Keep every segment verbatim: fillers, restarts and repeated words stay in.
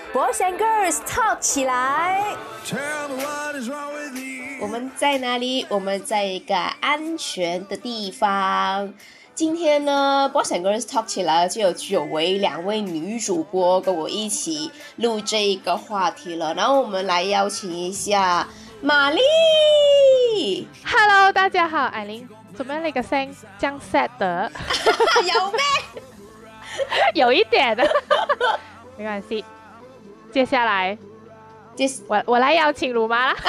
Boys and Girls Talk 起来。我们在哪里？我们在一个安全的地方。今天呢 Boys and Girls Talk 起来就有久违两位女主播跟我一起录这一个话题了。然后我们来邀请一下玛丽。 Hello， 大家好，艾琳。做咩你個聲這樣 sad 的？ 有咩？ 有一點的，沒關係。接下來，我我來邀請魯媽啦。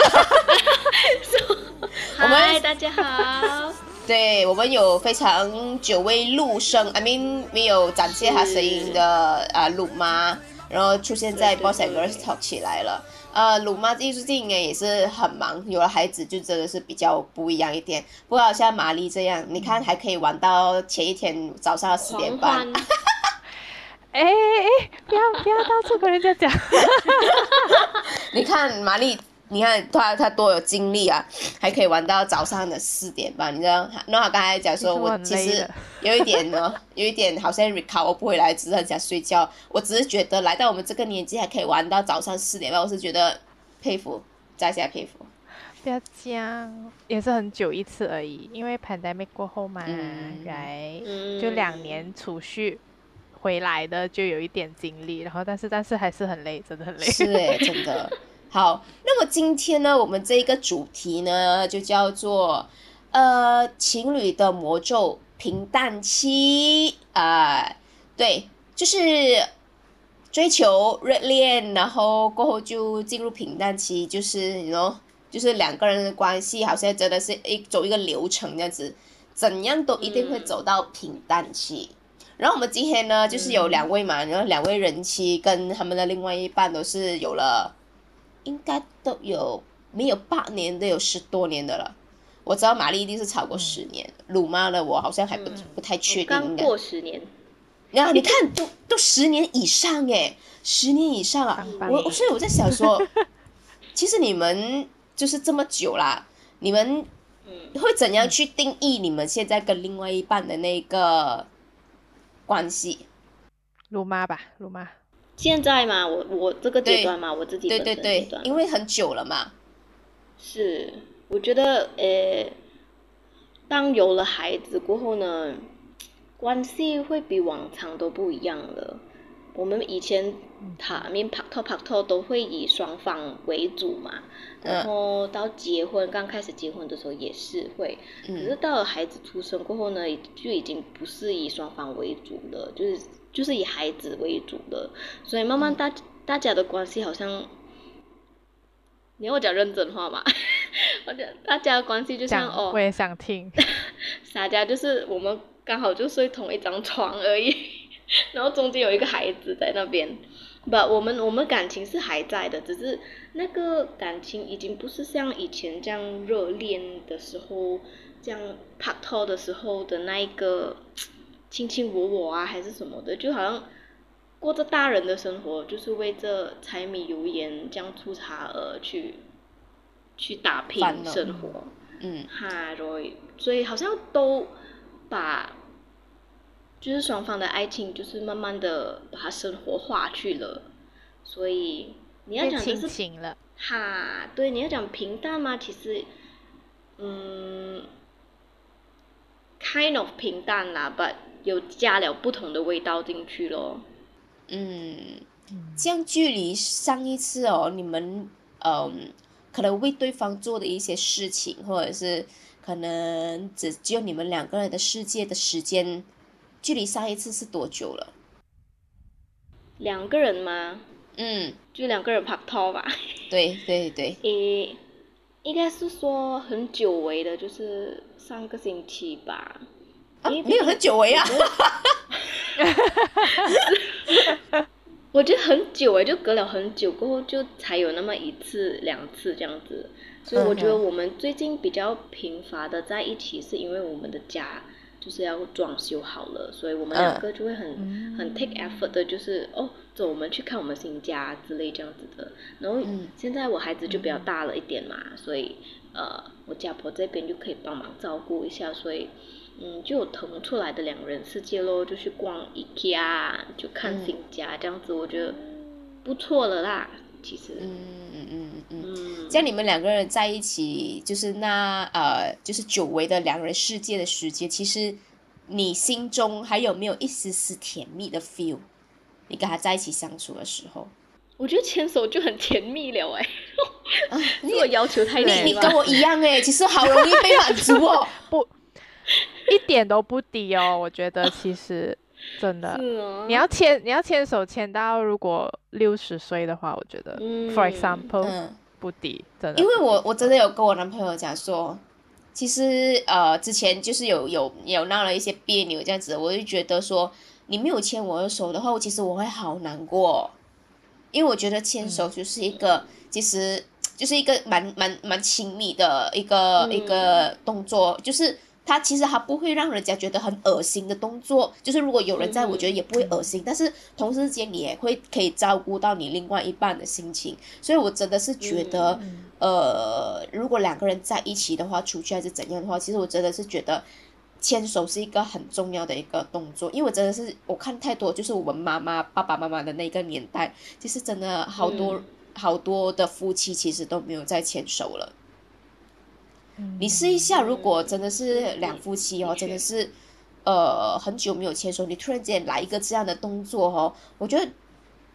嗨，大家好。 对，我们有非常久未录声 I mean 没有展现她声音的啊鲁妈，然后出现在 Boys and Girls Talk 起来了。呃，鲁妈最近应该也是很忙，有了孩子就真的是比较不一样一点。不过像玛丽这样，你看还可以玩到前一天早上十点半。 哎哎哎，不要不要到处跟人家讲。 你看玛丽。你看他他多有精力啊，还可以玩到早上的四点半，你知道？那他刚才讲说，我其实有一点呢，有一点好像 recover 不回来，只是很想睡觉。我只是觉得来到我们这个年纪还可以玩到早上四点半，我是觉得佩服，在下佩服。 不要讲，也是很久一次而已，因为 pandemic 过后嘛， 嗯 right，、 嗯、 就两年储蓄回来的，就有一点精力，然后但是但是还是很累，真的很累。 是诶，真的。好，那么今天呢，我们这一个主题呢，就叫做呃情侣的魔咒平淡期啊、呃，对，就是追求热恋，然后过后就进入平淡期，就是你 know 就是两个人的关系好像真的是一走一个流程这样子，怎样都一定会走到平淡期。嗯、然后我们今天呢，就是有两位嘛，然后两位人妻跟他们的另外一半都是有了。应该都有没有八年都有十多年的了，我知道玛丽一定是超过十年，鲁、嗯、妈呢我好像还不、嗯、不太确定， 刚过十年。 然后你看都都十年以上耶，十年以上啊！我所以我在想说，其实你们就是这么久啦，你们会怎样去定义你们现在跟另外一半的那个关系？ 鲁妈吧，鲁妈。 现在嘛，我我这个阶段嘛，我自己本身阶段， 对对对，因为很久了嘛。 是，我觉得，呃，当有了孩子过后呢，关系会比往常都不一样了。我们以前他面拍拖拍拖都会以双方为主嘛，然后到结婚，刚开始结婚的时候也是会，可是到了孩子出生过后呢，就已经不是以双方为主了，就是。就是以孩子为主的，所以慢慢大、嗯、大家的关系好像，你要我讲认真话嘛？我觉得大家的关系就像哦， 我也想听。 大家就是我们刚好就睡同一张床而已，然后中间有一个孩子在那边，不，我们我们感情是还在的，只是那个感情已经不是像以前这样热恋的时候，这样拍拖的时候的那一个。卿卿我我啊，还是什么的，就好像过着大人的生活，就是为这柴米油盐酱醋茶而去去打拼生活， 嗯， 哈，所以好像都把就是双方的爱情，就是慢慢的把它生活化去了，所以你要讲就是亲了， 哈，对，你要讲平淡吗？其实，嗯 ，kind of 平淡啦 ，but 有加了不同的味道进去咯。 嗯，这样距离上一次哦，你们嗯可能为对方做的一些事情，或者是可能只只有你们两个人的世界的时间，距离上一次是多久了？ 两个人吗？ 嗯， 就两个人拍拖吧。 对对对。 诶，应该是说很久违的，就是上个星期吧。 啊，没有很久违啊。 我觉得很久诶，就隔了很久过后，就才有那么一次两次这样子。所以我觉得我们最近比较频繁的在一起，是因为我们的家就是要装修好了，所以我们两个就会很、嗯、很 take effort 的，就是哦，走，我们去看我们新家之类这样子的。然后现在我孩子就比较大了一点嘛，所以呃，我家婆这边就可以帮忙照顾一下，所以。嗯，就有腾出来的两人世界咯，就去逛 IKEA， 就看新家、嗯、这样子，我觉得不错了啦，其实。 嗯嗯嗯嗯。这样你们两个人在一起，就是那呃，就是久违的两人世界的时间，其实你心中还有没有一丝丝甜蜜的 feel？你跟他在一起相处的时候， 我觉得牵手就很甜蜜了哎、欸，啊，这个要求太低了。 你你跟我一样哎、欸，其实好容易被满足哦， 不，一点都不低哦，我觉得其实真的， 哦、 你要牵你要牵手牵到如果六十岁的话，我觉得、嗯、，for example，、嗯、不低，真的。 因为我我真的有跟我男朋友讲说，其实呃之前就是有有有闹了一些别扭这样子，我就觉得说。你没有牵我的手的话，其实我会好难过，因为我觉得牵手就是一个，嗯、其实就是一个蛮蛮蛮亲密的一个、嗯、一个动作，就是它其实它不会让人家觉得很恶心的动作，就是如果有人在，我觉得也不会恶心，嗯、但是同时间你也会可以照顾到你另外一半的心情，所以我真的是觉得，嗯、呃，如果两个人在一起的话，出去还是怎样的话，其实我真的是觉得。牵手是一个很重要的一个动作，因为我真的是我看太多，就是我们妈妈、爸爸妈妈的那个年代，其实真的好多、嗯、好多的夫妻其实都没有再牵手了。嗯、你试一下，如果真的是两夫妻哦，真的是呃很久没有牵手，你突然间来一个这样的动作哦，我觉得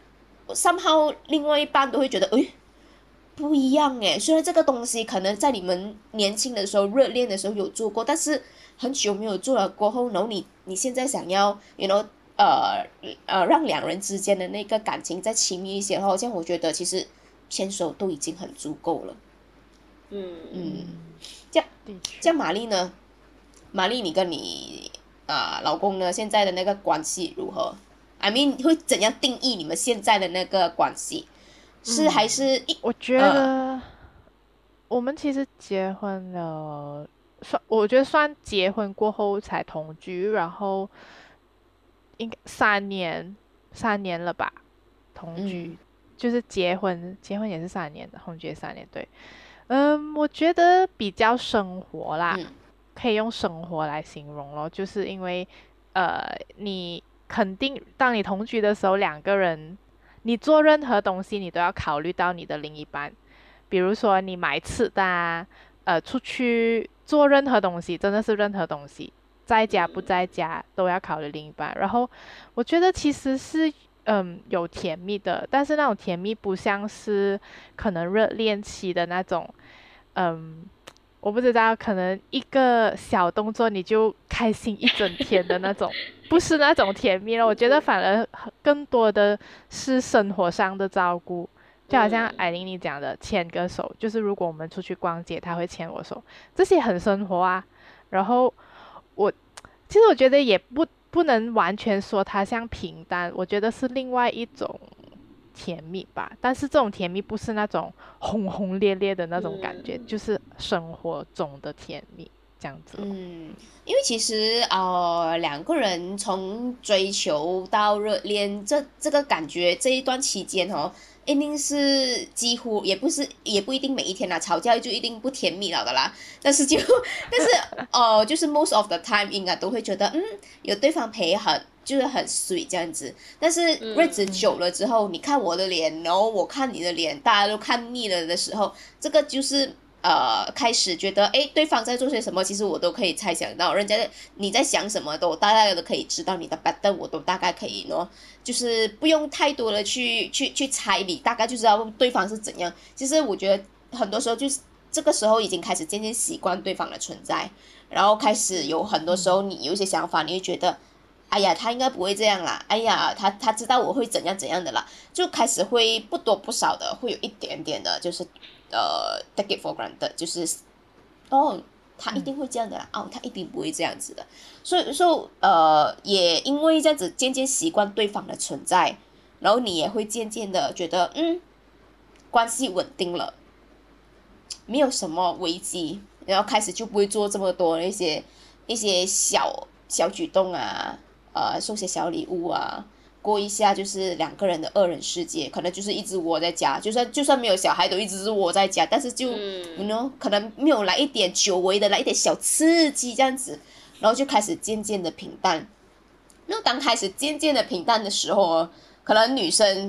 somehow 另外一半都会觉得，诶。不一样诶，虽然这个东西可能在你们年轻的时候、热恋的时候有做过，但是很久没有做了过后，然后你你现在想要，you know， 呃呃，让两人之间的那个感情再亲密一些的话，这样我觉得其实牵手都已经很足够了。嗯嗯，这样这样玛丽呢？玛丽，你跟你啊、呃、老公呢现在的那个关系如何 ？I mean， 会怎样定义你们现在的那个关系？是还是一、嗯？ 我觉得、呃、我们其实结婚了，算我觉得算结婚过后才同居，然后应该三年三年了吧，同居、嗯、就是结婚结婚也是三年的，同居也三年，对，嗯，我觉得比较生活啦，嗯、可以用生活来形容咯，就是因为呃，你肯定当你同居的时候，两个人。你做任何东西，你都要考虑到你的另一半。比如说，你买吃的啊，呃，出去做任何东西，真的是任何东西，在家不在家都要考虑另一半。然后，我觉得其实是嗯有甜蜜的，但是那种甜蜜不像是可能热恋期的那种，嗯，我不知道，可能一个小动作你就开心一整天的那种。不是那种甜蜜了，我觉得反而更多的是生活上的照顾，就好像艾琳你讲的牵个手，就是如果我们出去逛街，他会牵我手，这些很生活啊。然后我其实我觉得也不不能完全说它像平淡，我觉得是另外一种甜蜜吧。但是这种甜蜜不是那种轰轰烈烈的那种感觉，就是生活中的甜蜜。这样子， 嗯，因为其实呃两个人从追求到热恋，这这个感觉这一段期间哦，一定是几乎也不是也不一定每一天啦，吵架就一定不甜蜜了的啦。但是就但是呃就是 most of the time 应该都会觉得嗯有对方陪很就是很 sweet 这样子。但是日子久了之后，嗯、你看我的脸，然后我看你的脸，大家都看腻了的时候，这个就是。呃，开始觉得哎，对方在做些什么，其实我都可以猜想到，人家你在想什么的，我大概都可以知道你的 pattern， 我都大概可以呢，就是不用太多的去去去猜你，大概就知道对方是怎样。其实我觉得很多时候就是这个时候已经开始渐渐习惯对方的存在，然后开始有很多时候你有一些想法，你会觉得，哎呀，他应该不会这样啦，哎呀，他他知道我会怎样怎样的啦，就开始会不多不少的会有一点点的，就是。呃 take it for granted 就是哦他一定会这样的啦、嗯、哦他一定不会这样子的，所以说呃也因为这样子渐渐习惯对方的存在，然后你也会渐渐的觉得嗯关系稳定了，没有什么危机，然后开始就不会做这么多一些一些小小举动啊，呃送些小礼物啊，过一下就是两个人的二人世界，可能就是一直窝在家，就算就算没有小孩都一直是窝在家，但是就、嗯、you know 可能没有来一点久违的来一点小刺激这样子，然后就开始渐渐的平淡。那当开始渐渐的平淡的时候，可能女生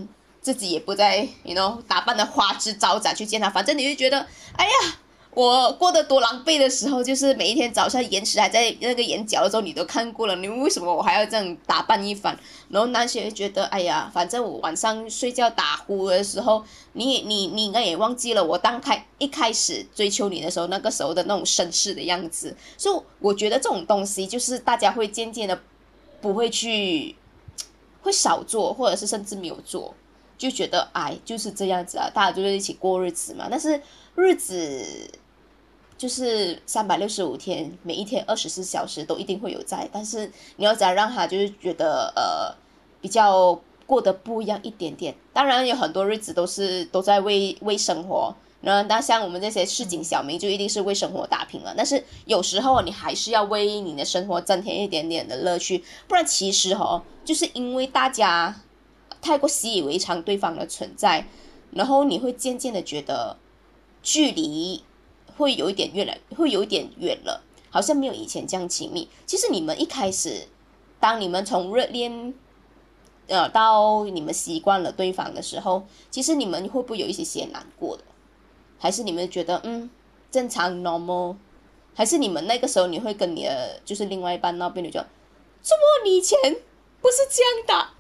自己也不再 you know 打扮的花枝招展去见他，反正你就觉得哎呀我过得多狼狈的时候，就是每一天早上眼屎还在那个眼角的时候你都看过了，你为什么我还要这样打扮一番？然后男生也觉得哎呀反正我晚上睡觉打呼的时候，你你你应该也忘记了我当开一开始追求你的时候那个时候的那种绅士的样子，所以我觉得这种东西就是大家会渐渐的不会去会少做，或者是甚至没有做，就觉得哎就是这样子啊，大家就是一起过日子嘛。但是日子就是三百六十五天，每一天二十四小时都一定会有在，但是你要怎样让他就是觉得呃比较过得不一样一点点。当然有很多日子都是都在为为生活，那那像我们这些市井小民就一定是为生活打拼了，但是有时候你还是要为你的生活增添一点点的乐趣，不然其实哦，就是因为大家太过习以为常对方的存在，然后你会渐渐的觉得距离会有一点越来会有一点远了，好像没有以前这样亲密。其实你们一开始，当你们从热恋呃到你们习惯了对方的时候，其实你们会不会有一些些难过的？还是你们觉得嗯正常 normal？ 还是你们那个时候你会跟你的就是另外一半那边你就怎么你以前不是这样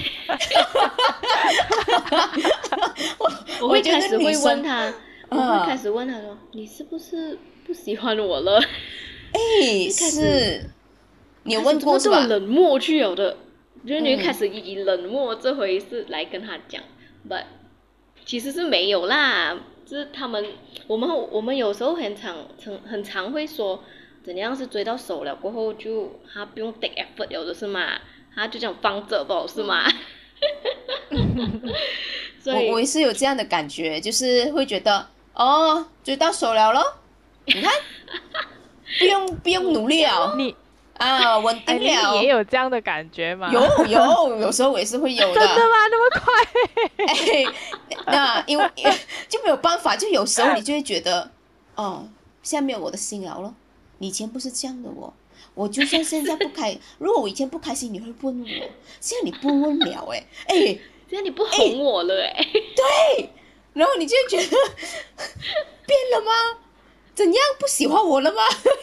的？我我会开始会问他，我会开始问他说：“你是不是不喜欢我了？” 哎，是，你有问过是吧？ 冷漠去有的，就是你会开始以冷漠这回事来跟他讲，嗯，but 其实是没有啦。就是他们，我们我们有时候很常常很常会说，怎样是追到手了过后就他不用 take effort 有的是嘛，他就这样放着吧是嘛。 所以我我也是有这样的感觉，就是会觉得哦追到手了咯，你看不用不用努力了， 你啊稳定了。 你也有这样的感觉吗？ 有有有时候我也是会有的。 真的吗？那么快？ 哎，那因为就没有办法，就有时候你就会觉得哦现在没有我的心了咯，你以前不是这样的我我就算现在不开如果我以前不开心你会问我，现在你不问了哎哎， 现在你不哄我了哎， 对，然后你就觉得变了吗？怎样不喜欢我了吗？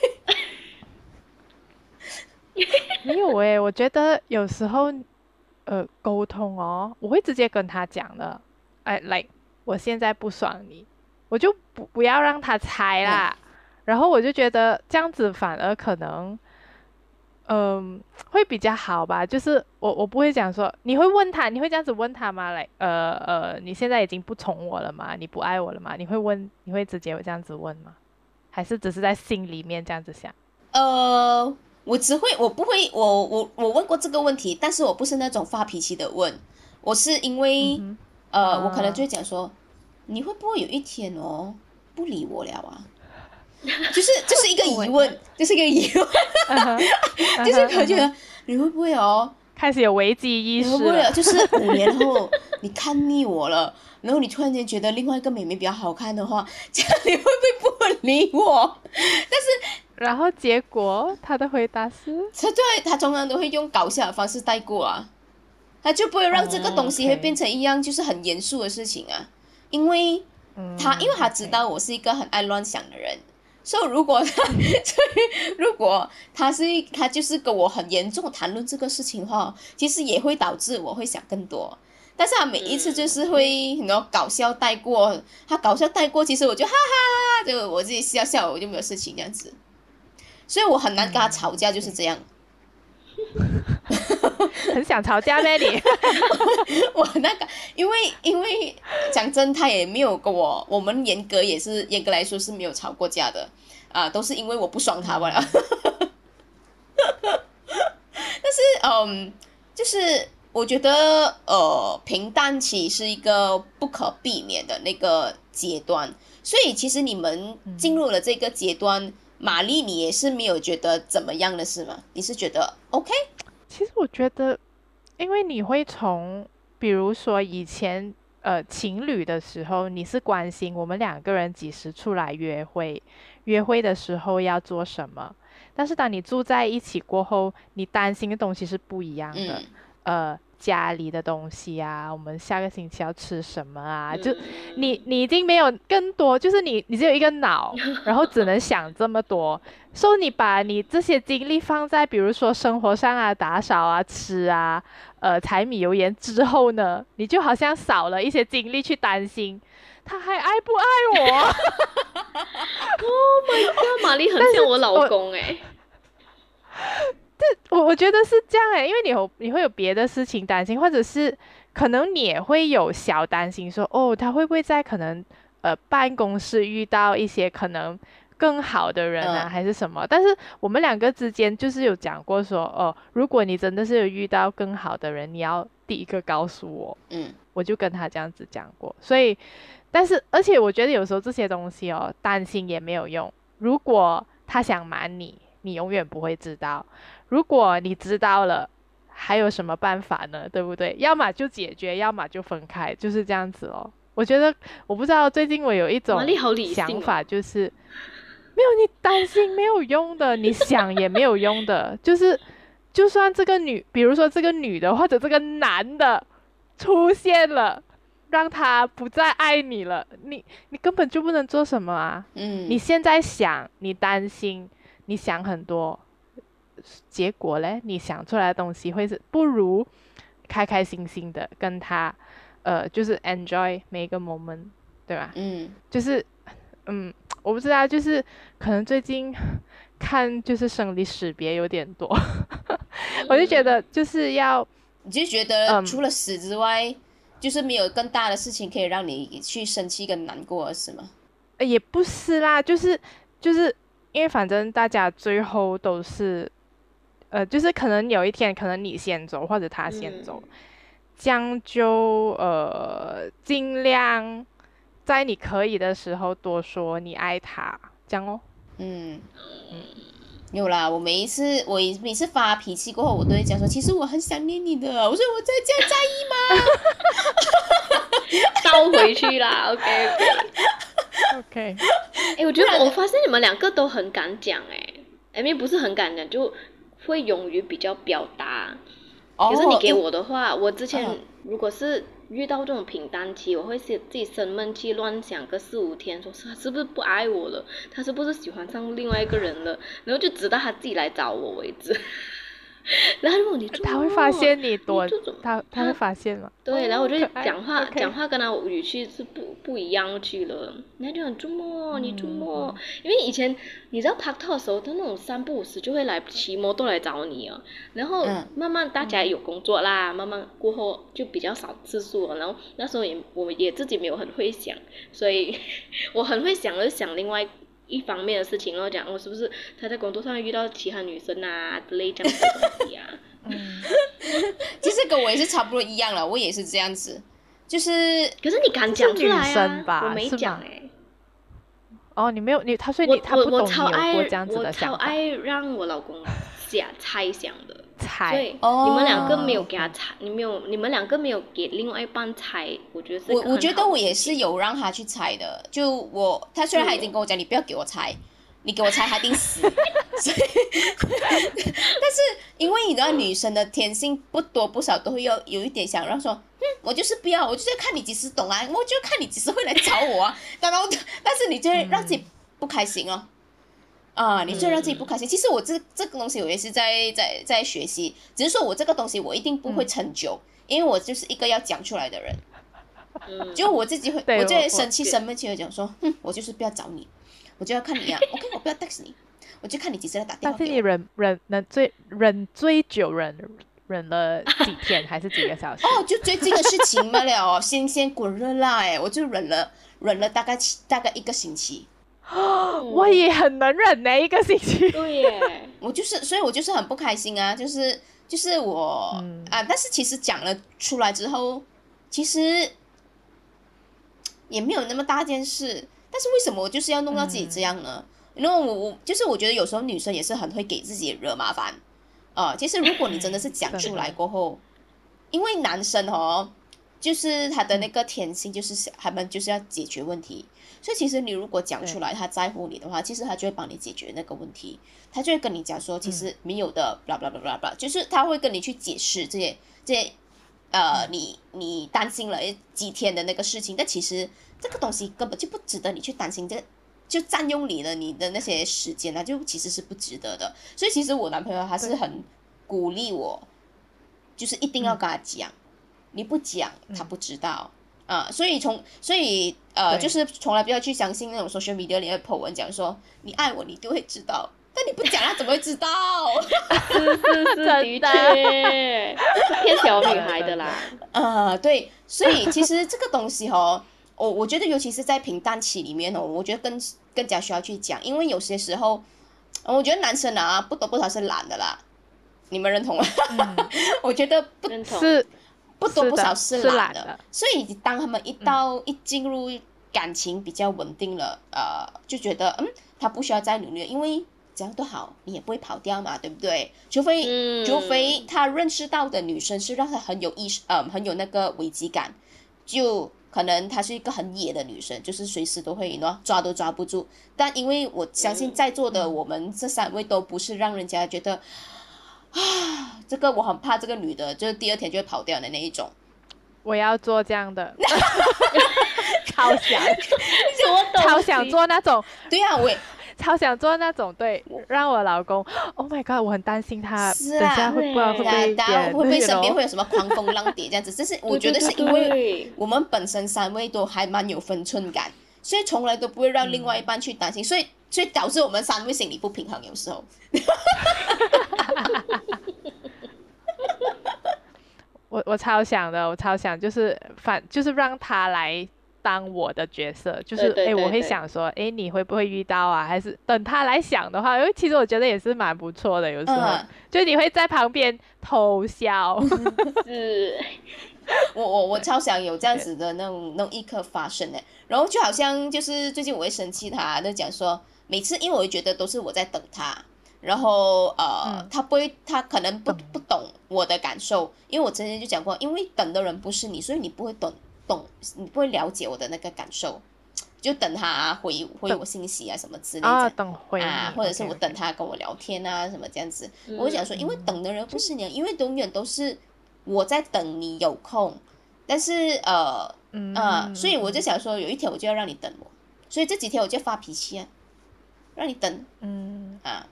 没有哎，我觉得有时候呃沟通哦，我会直接跟他讲的，哎，like 我现在不爽你，我就不不要让他猜啦，嗯，然后我就觉得这样子反而可能嗯，会比较好吧，就是我我不会讲说，你会问他，你会这样子问他吗？来，呃呃，你现在已经不宠我了吗？你不爱我了吗？你会问，你会直接这样子问吗？还是只是在心里面这样子想？ 呃，我只会，我不会，我我我问过这个问题，但是我不是那种发脾气的问，我是因为，嗯，呃，啊，我可能就会讲说，你会不会有一天哦不理我了啊？就是就是一个疑问，就是一个疑问， uh huh, 就是我觉得 uh huh. 你会不会哦开始有危机意识了？ 你会不会就是五年后你看腻我了，然后你突然间觉得另外一个妹妹比较好看的话，这样你会不会不理我？但是然后结果他的回答是， 对，他通常都会用搞笑的方式带过啊，他就不会让这个东西会变成一样就是很严肃的事情啊，因为他因为他知道我是一个很爱乱想的人。所以如果他，所以如果他是他就是跟我很严重谈论这个事情的话，其实也会导致我会想更多。但是他每一次就是会很多搞笑带过，他搞笑带过，其实我就哈哈哈，就我自己笑笑，我就没有事情这样子。所以我很难跟他吵架，就是这样。 很想吵架咩你？ 我那个，因为因为讲真，他也没有跟我，我们严格也是严格来说是没有吵过架的啊，都是因为我不爽他罢了。但是嗯，就是我觉得呃，平淡期是一个不可避免的那个阶段，所以其实你们进入了这个阶段，玛丽你也是没有觉得怎么样的是吗？你是觉得 OK？ 其实我觉得，因为你会从，比如说以前呃情侣的时候，你是关心我们两个人几时出来约会，约会的时候要做什么。但是当你住在一起过后，你担心的东西是不一样的。嗯、呃， 家里的东西啊，我们下个星期要吃什么啊， 嗯、 就你你已经没有更多，就是你你只有一个脑，然后只能想这么多，所以你把你这些精力放在比如说生活上啊，打扫啊，吃啊，呃，柴米油盐之后呢，你就好像少了一些精力去担心他还爱不爱我。 Oh my god， 玛丽很像我老公哎、欸。 我我觉得是这样哎，因为你有你会有别的事情担心，或者是可能你也会有小担心说，哦，他会不会在可能呃办公室遇到一些可能更好的人啊， 嗯还是什么？但是我们两个之间就是有讲过说，哦，如果你真的是有遇到更好的人，你要第一个告诉我。 嗯， 我就跟他这样子讲过，所以，但是而且我觉得有时候这些东西哦，担心也没有用。如果他想瞒你，你永远不会知道。如果你知道了，还有什么办法呢？对不对？要么就解决，要么就分开，就是这样子哦。我觉得，我不知道最近我有一种玛丽好理性哦想法，就是没有你担心没有用的，你想也没有用的。就是就算这个女，比如说这个女的或者这个男的出现了，让他不再爱你了，你你根本就不能做什么啊。 嗯， 你现在想，你担心，你想很多。结果嘞，你想出来的东西会是不如开开心心的跟他，呃，就是 enjoy 每一个 moment， 对吧？ 嗯， 就是嗯，我不知道，就是可能最近看就是生离死别有点多，我就觉得就是要， 你就觉得嗯除了死之外，就是没有更大的事情可以让你去生气跟难过，是吗？ 呃也不是啦，就是就是因为反正大家最后都是。呃，就是可能有一天，可能你先走，或者他先走， 嗯这样就呃尽量在你可以的时候多说你爱他，这样哦。 嗯嗯，有啦，我每一次我每次发脾气过后，我都会讲说，其实我很想念你的，我说我在这样在意吗？ 倒回去啦 ，OK OK。 OK， 哎、我觉得我发现你们两个都很敢讲哎、欸，I mean 不是很敢讲，就会勇于比较表达。 哦， 可是你给因我的话，我之前嗯如果是遇到这种平淡期，我会自己生闷气，乱想个四五天，说是他是不是不爱我了，他是不是喜欢上另外一个人了，然后就直到他自己来找我为止。然后如果你做他会发现你多你这种， 他他会发现吗？ 对，然后我就可爱讲话 OK 讲话跟他语气是不不一样去了，人家就很周末，你周末，因为以前你知道拍拖的时候，他那种三不五时就会来骑摩托来找你啊，然后嗯慢慢大家有工作啦，慢慢过后就比较少次数了，然后那时候也我也自己没有很会想，所以我很会想就想另外一方面的事情，然后讲我是不是他在工作上遇到其他女生啊之类这样子的东西啊。 嗯， 其实跟我也是差不多一样了，我也是这样子，就是可是你敢讲出来这是女生啊， 吧我没是吗讲哎、 哦，你没有你他，所以我你他不我我懂你有超爱过这样子我的想法， 超爱让我老公想猜想的， 猜所以哦你们两个没有给他猜，你没有你们两个没有给另外一半猜，我觉得是一我个很好的我觉得我也事情是有让他去猜的，就我他虽然他已经跟我讲，你不要给我猜，你给我猜他一定死。所以，但是因为你知道女生的天性不多不少都会有有一点想让说，嗯，我就是不要，我就是要看你几时懂啊，我就看你几时会来找我啊。然后，但是你就会让自己不开心哦。啊，你就让自己不开心。其实我这这个东西我也是在在在学习，只是说我这个东西我一定不会成久，因为我就是一个要讲出来的人。 嗯， 就我自己会， 对我就我会生气我生闷气的讲说，哼，我就是不要找你，我就要看你啊，OK，我不要 text 你，我就看你几时来打电但是你话给我。 忍忍能最忍最久忍忍了几天还是几个小时？ 哦，就最近的事情嘛了哦，新鲜滚热辣哎，我就忍了忍了大概七大概一个星期。 我也很能忍呢，一个星期。 对耶， 我就是，所以我就是很不开心啊，就是就是我、 嗯啊，但是其实讲了出来之后，其实也没有那么大件事，但是为什么我就是要弄到自己这样呢？因为我我就是我觉得有时候女生也是很会给自己惹麻烦，啊、其实如果你真的是讲出来过后，因为男生哦，就是他的那个天性就是他们就是要解决问题。所以其实你如果讲出来他在乎你的话，其实他就会帮你解决那个问题，他就会跟你讲说其实没有的，blah blah blah blah blah，就是他会跟你去解释这些这些呃，你你担心了几天的那个事情，但其实这个东西根本就不值得你去担心，这就占用你的你的那些时间啊，就其实是不值得的。所以其实我男朋友他是很鼓励我，就是一定要跟他讲，嗯、你不讲他不知道。啊、呃，所以从所以呃，就是从来不要去相信那种 social media 里的 po 文讲说你爱我，你就会知道，但你不讲，他怎么会知道？ 是是是，的确，骗小女孩的啦。 呃，对，所以其实这个东西哦，我我觉得尤其是在平淡期里面哦，我觉得更更加需要去讲，因为有些时候，我觉得男生啊不多不少是懒的啦，你们认同吗？嗯、我觉得不认同是。 不多不少是懒的， 是的所以当他们一到、嗯、一进入感情比较稳定了，呃，就觉得嗯，他不需要再努力了，因为这样都好，你也不会跑掉嘛，对不对？除非、嗯、除非他认识到的女生是让他很有意识，嗯，很有那个危机感，就可能她是一个很野的女生，就是随时都会呢抓都抓不住。但因为我相信在座的我们这三位都不是让人家觉得。啊，这个我很怕，这个女的就是第二天就会跑掉的那一种。 我要做这样的，超想， 我超想做那种。 对啊，我也超想做那种，对，让我老公 ，Oh my god， 我很担心他， 是等下会不知道会不会会不会身边会有什么狂风浪蝶这样子？这是我觉得是因为我们本身三位都还蛮有分寸感，所以从来都不会让另外一半去担心，嗯、所以所以导致我们三位心理不平衡，有时候。 我我超想的，我超想就是反就是让他来当我的角色，就是哎，我会想说，哎，你会不会遇到啊？还是等他来想的话，因为其实我觉得也是蛮不错的，有时候、嗯、就你会在旁边偷笑。 是， 我我我超想有这样子的那种那种一刻发生哎，然后就好像就是最近我会生气他，就讲说每次因为我会觉得都是我在等他。然后呃、嗯，他不会，他可能不不懂我的感受，因为我之前就讲过，因为等的人不是你，所以你不会懂懂，你不会了解我的那个感受，就等他回回我信息啊什么之类的啊，等回啊，或者是我等他跟我聊天啊 okay, okay. 什么这样子，嗯、我就讲说，因为等的人不是你，因为永远都是我在等你有空，但是呃嗯、呃，所以我就想说，有一天我就要让你等我，所以这几天我就发脾气啊，让你等，嗯啊。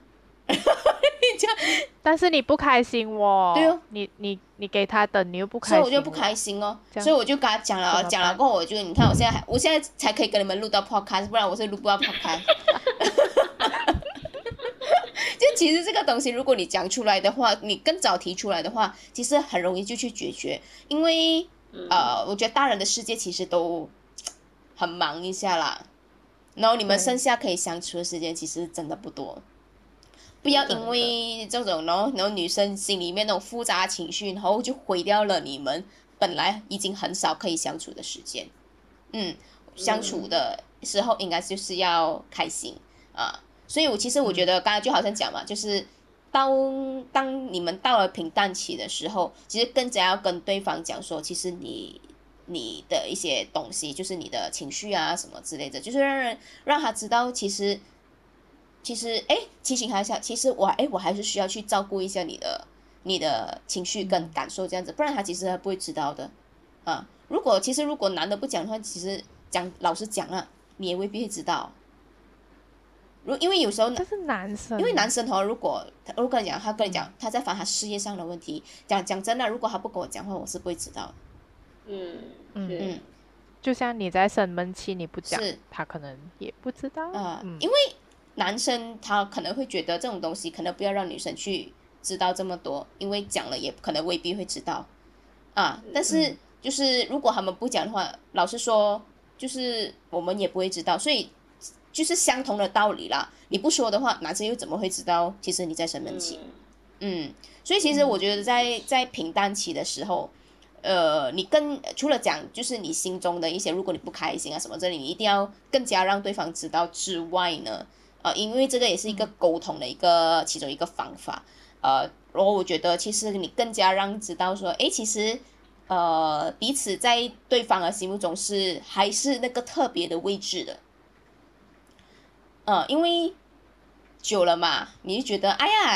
但是你不开心哦， 对哦， 你你你给他等，你又不开心、哦， 所以我就不开心哦，所以我就跟他讲了，讲了过后，我就你看我现在还，我现在才可以跟你们录到 podcast， 不然我是录不到 podcast。就其实这个东西，如果你讲出来的话，你更早提出来的话，其实很容易就去解决，因为、嗯、呃，我觉得大人的世界其实都很忙一下啦，然后你们剩下可以相处的时间其实真的不多。不要因为这种，然后然后女生心里面那种复杂情绪，然后就毁掉了你们本来已经很少可以相处的时间。嗯，相处的时候应该就是要开心啊。所以我其实我觉得刚才就好像讲嘛，就是当当你们到了平淡期的时候，其实更加要跟对方讲说，其实你你的一些东西，就是你的情绪啊什么之类的，就是让人让他知道其实。其实，哎，提醒他一下，其实我，哎，我还是需要去照顾一下你的，你的情绪跟感受这样子，不然他其实他不会知道的，啊，如果其实如果男的不讲的话，其实讲老实讲啊，你也未必会知道。如因为有时候， 这是男生， 因为男生哦，如果如果讲他跟你讲他在烦他事业上的问题，讲讲真的，如果他不跟我讲话，我是不会知道的。 嗯嗯嗯，就像你在生闷气，你不讲，他可能也不知道啊、嗯，因为。男生他可能会觉得这种东西可能不要让女生去知道这么多，因为讲了也可能未必会知道啊。但是就是如果他们不讲的话，老实说，就是我们也不会知道，所以就是相同的道理啦。你不说的话，男生又怎么会知道其实你在生闷气？嗯，所以其实我觉得在在平淡期的时候，呃，你更除了讲就是你心中的一些，如果你不开心啊什么这里，你一定要更加让对方知道之外呢。呃，因为这个也是一个沟通的一个其中一个方法，呃，然后我觉得其实你更加让知道说，诶，其实，呃，彼此在对方的心目中是还是那个特别的位置的，呃，因为久了嘛，你就觉得，哎呀，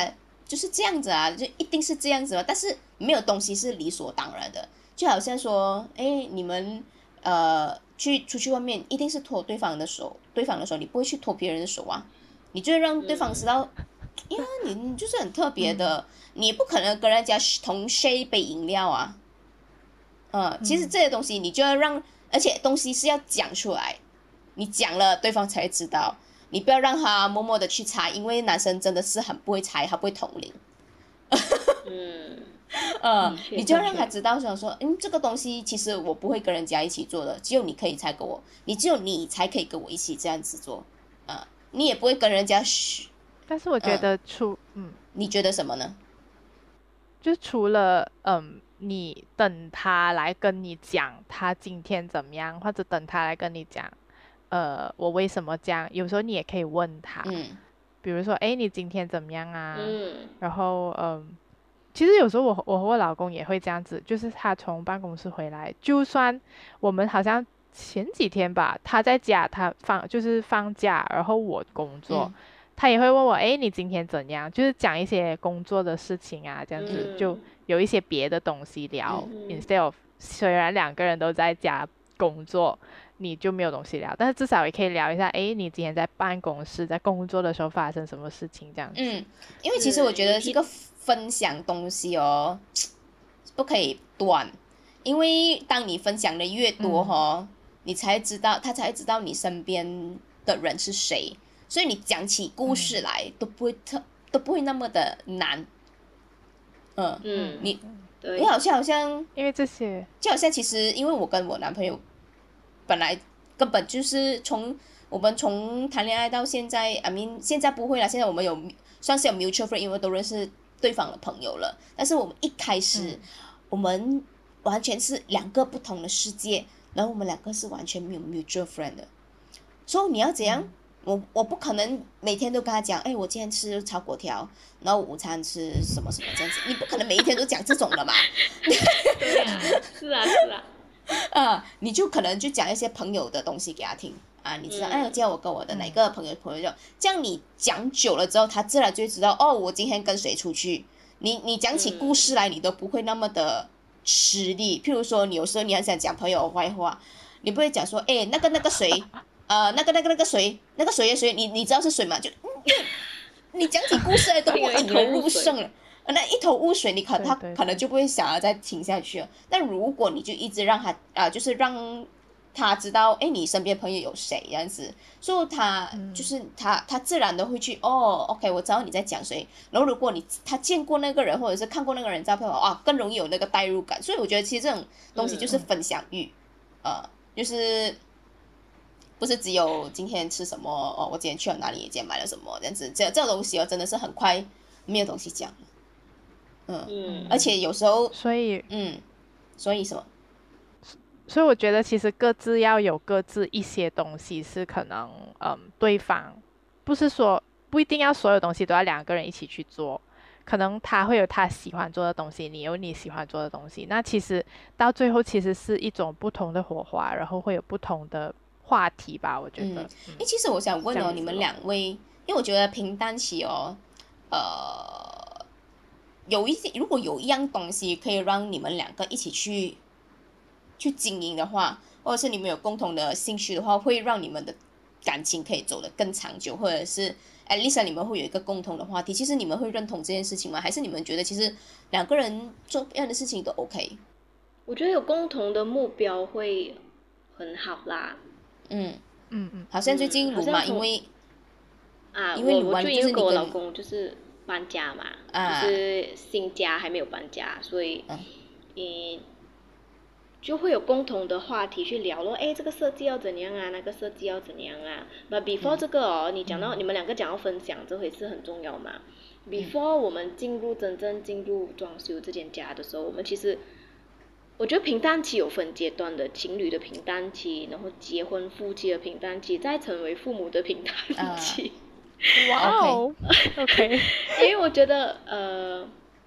就是这样子啊，就一定是这样子嘛。但是没有东西是理所当然的，就好像说，哎，你们呃去出去外面，一定是拖对方的手，对方的手，你不会去拖别人的手啊，你就会让对方知道，呀，你你就是很特别的，你也不可能跟人家同 share 一杯饮料啊。嗯，其实这些东西你就要让，而且东西是要讲出来，你讲了对方才会知道，你不要让他默默的去猜，因为男生真的是很不会猜，他不会同龄。 嗯， 呃， 的确你就要让他的确知道，想说，嗯，这个东西其实我不会跟人家一起做的，只有你可以才跟我，你只有你才可以跟我一起这样子做，啊、你也不会跟人家嘘， 但是我觉嗯， 得除嗯， 你觉得什么呢？ 就除了嗯，你等他来跟你讲他今天怎么样，或者等他来跟你讲，呃，我为什么这样，有时候你也可以问他， 嗯比如说，哎，你今天怎么样啊？ 嗯然后嗯，其实有时候我我和我老公也会这样子，就是他从办公室回来，就算我们好像前几天吧，他在家，他放就是放假，然后我工作， 嗯他也会问我，哎，你今天怎样？就是讲一些工作的事情啊，这样子就嗯有一些别的东西聊嗯嗯 ，instead of 虽然两个人都在家工作。你就没有东西聊，但是至少也可以聊一下，哎，你今天在办公室在工作的时候发生什么事情这样子。 嗯，因为其实我是你提觉得这个分享东西哦，不可以断，因为当你分享的越多嗯哦，你才知道他才知道你身边的人是谁，所以你讲起故事嗯来都不会特都不会那么的难。嗯， 嗯嗯你嗯， 对你好像好像因为这些， 就好像其实因为我跟我男朋友本来根本就是从我们从谈恋爱到现在，I mean 现在不会了，现在我们有算是有 mutual friend，因为都认识对方的朋友了。但是我们一开始， 嗯我们完全是两个不同的世界，然后我们两个是完全没有 mutual friend 的。所以你要怎样？ 嗯我我不可能每天都跟他讲，哎，我今天吃炒粿条，然后午餐吃什么什么这样子，你不可能每一天都讲这种的嘛。 对啊，是啊是啊， 啊，你就可能就讲一些朋友的东西给他听啊，你知道，哎， 嗯今天我跟我的哪嗯个朋友朋友就这样，你讲久了之后，他自然就会知道，哦，我今天跟谁出去。你你讲起故嗯事来，你都不会那么的吃力。譬如说，你有时候你很想讲朋友坏话，你不会讲说，哎，那个那个谁，呃，那个那个那个谁，那个谁谁，你你知道是谁吗？就就你讲起故事来都不听了一引人头雾水入胜了。呃那一头雾水，你可他对对对可能就不会想要再听下去了。但如果你就一直让他啊、就是让他知道，哎，你身边朋友有谁这样子，所以他嗯就是他他自然的会去哦，OK，我知道你在讲谁。然后如果你他见过那个人，或者是看过那个人照片，啊，更容易有那个代入感。所以我觉得其实这种东西就是嗯分享欲，呃，就是不是只有今天吃什么哦，我今天去了哪里，今天买了什么这样子，这这种东西哦，真的是很快没有东西讲了。嗯， 嗯而且有时候， 所以嗯，所以什么？ 所以我觉得其实各自要有各自一些东西是可能，嗯，对方不是说不一定要所有东西都要两个人一起去做，可能他会有他喜欢做的东西，你有你喜欢做的东西，那其实到最后其实是一种不同的火花，然后会有不同的话题吧，我觉嗯， 得， 诶，其实我想问哦，你们这样子咯两位，因为我觉得平淡期哦，呃，有一些如果有一样东西可以让你们两个一起去去经营的话，或者是你们有共同的兴趣的话，会让你们的感情可以走得更长久，或者是 at least 你们会有一个共同的话题。其实你们会认同这件事情吗？还是你们觉得其实两个人做一样的事情都 OK？ 我觉得有共同的目标会很好啦。 嗯， 嗯嗯好像最近鲁嘛， 嗯好像从因为啊， 因为我我鲁班就是就因为跟我你跟老公就是搬家嘛， 啊就是新家还没有搬家，所以嗯嗯就会有共同的话题去聊咯。哎，这个设计要怎样啊？那个设计要怎样啊？But before 这个哦，你讲到你们两个讲要分享这回事很重要嘛。Before 我们进入真正进入装修这间家的时候，我们其实我觉得平淡期有分阶段的，情侣的平淡期，然后结婚夫妻的平淡期，再成为父母的平淡期。 哇哦，OK， 因为我觉得呃，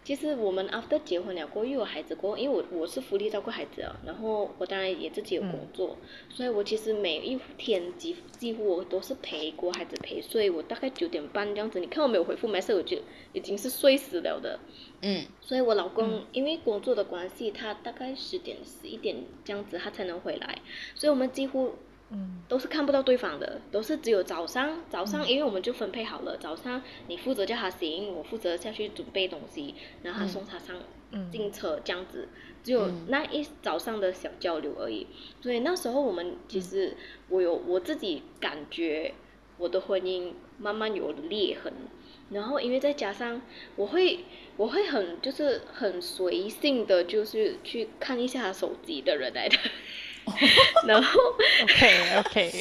其实我们 after 结婚了过后又有孩子过后，因为我我是福利照顾孩子啊，然后我当然也自己有工作，嗯、所以我其实每一天几几乎我都是陪过孩子陪睡，我大概九点半这样子，你看我没有回复 message 我就已经是睡死了的。 嗯， 所以我老公、嗯、因为工作的关系，他大概十点十一点这样子他才能回来，所以我们几乎。嗯，都是看不到对方的，都是只有早上，早上因为我们就分配好了，早上你负责叫他醒，我负责下去准备东西，然后他送他上进车这样子，只有那一早上的小交流而已。所以那时候我们其实我有我自己感觉我的婚姻慢慢有裂痕，然后因为再加上我会我会很就是很随性的就是去看一下他手机的人来的。然后 OK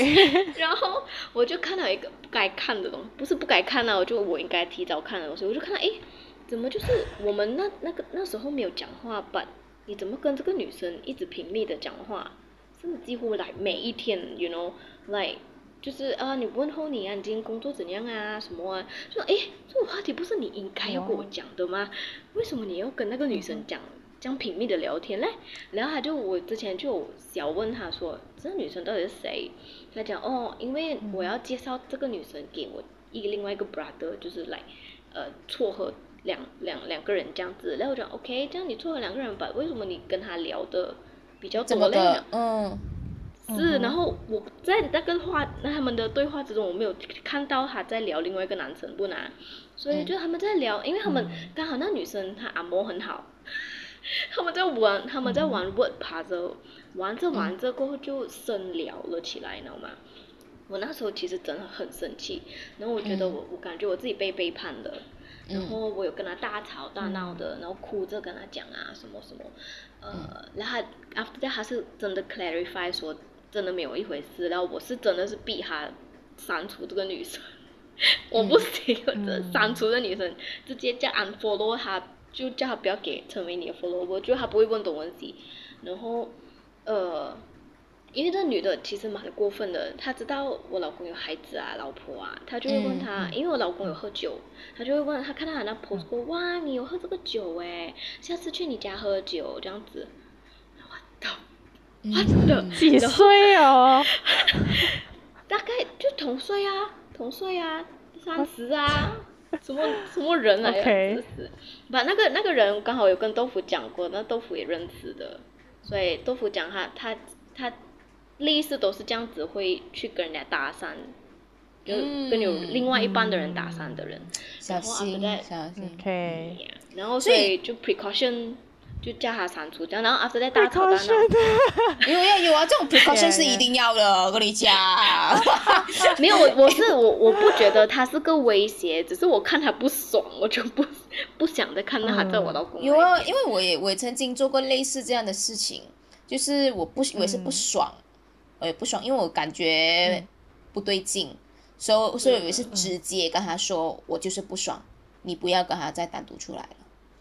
OK 然后我就看到一个不该看的东西，不是不该看到，我就我应该提早看的东西，我就看到诶，怎么就是我们那那个那时候没有讲话 but 你怎么跟这个女生一直频密的讲话，甚至几乎来每一天 you know like 就是啊你问候你啊你今天工作怎样啊什么啊，说诶这个话题不是你应该要跟我讲的吗？为什么你要跟那个女生讲？这样频密的聊天嘞，然后他就我之前就有小问他说，这个女生到底是谁？他讲哦，因为我要介绍这个女生给我一个另外一个 brother， 就是来呃撮合两两两个人这样子。然后我讲 OK， 这样你撮合两个人吧，为什么你跟他聊的比较多嘞？ 嗯， 是，然后我在那个话那他们的对话之中，我没有看到他在聊另外一个男生不难，所以就他们在聊，因为他们刚好那女生她按摩很好。他们在玩，他们在玩 word puzzle，、嗯、玩着玩着过后就深聊了起来，你知道吗？我那时候其实真的很生气，然后我觉得我、嗯、我感觉我自己被背叛了，然后我有跟他大吵大闹的，然后哭着跟他讲啊什么什么，呃，然后 after that 他是真的 clarify 说真的没有一回事，然后我是真的是逼他删除这个女生，我不行，嗯、删除这女生，直接叫 unfollow 他。就叫他不要给成为你的 follower， 我觉得他不会问东问西，然后呃，因为这女的其实蛮过分的，她知道我老公有孩子啊老婆啊，她就会问他、嗯、因为我老公有喝酒，她就会问他看到他那 post 过、嗯、哇你有喝这个酒诶，下次去你家喝酒这样子，我的我的几岁哦大概就同岁啊同岁啊三十啊什么什么人来的？ Okay. 把那个那个人刚好有跟豆腐讲过，那豆腐也认识的，所以豆腐讲他他他类似都是这样子会去跟人家搭讪，就跟有另外一半的人搭讪的人， 嗯、小心小心 ，OK， 然后所以就 precaution。就叫他删除这样，然后 after that 大吵大闹。 有呀有啊，这种 precaution 是一定要的，我跟你讲。 没有，我我是我我不觉得他是个威胁，只是我看他不爽，我就不不想再看到他在我老公、嗯。 有啊，因为我也我也曾经做过类似这样的事情，就是我不我也是不爽，嗯、我也不爽，因为我感觉不对劲，所以所以我也是直接跟他说，嗯、我就是不爽，你不要跟他再单独出来了。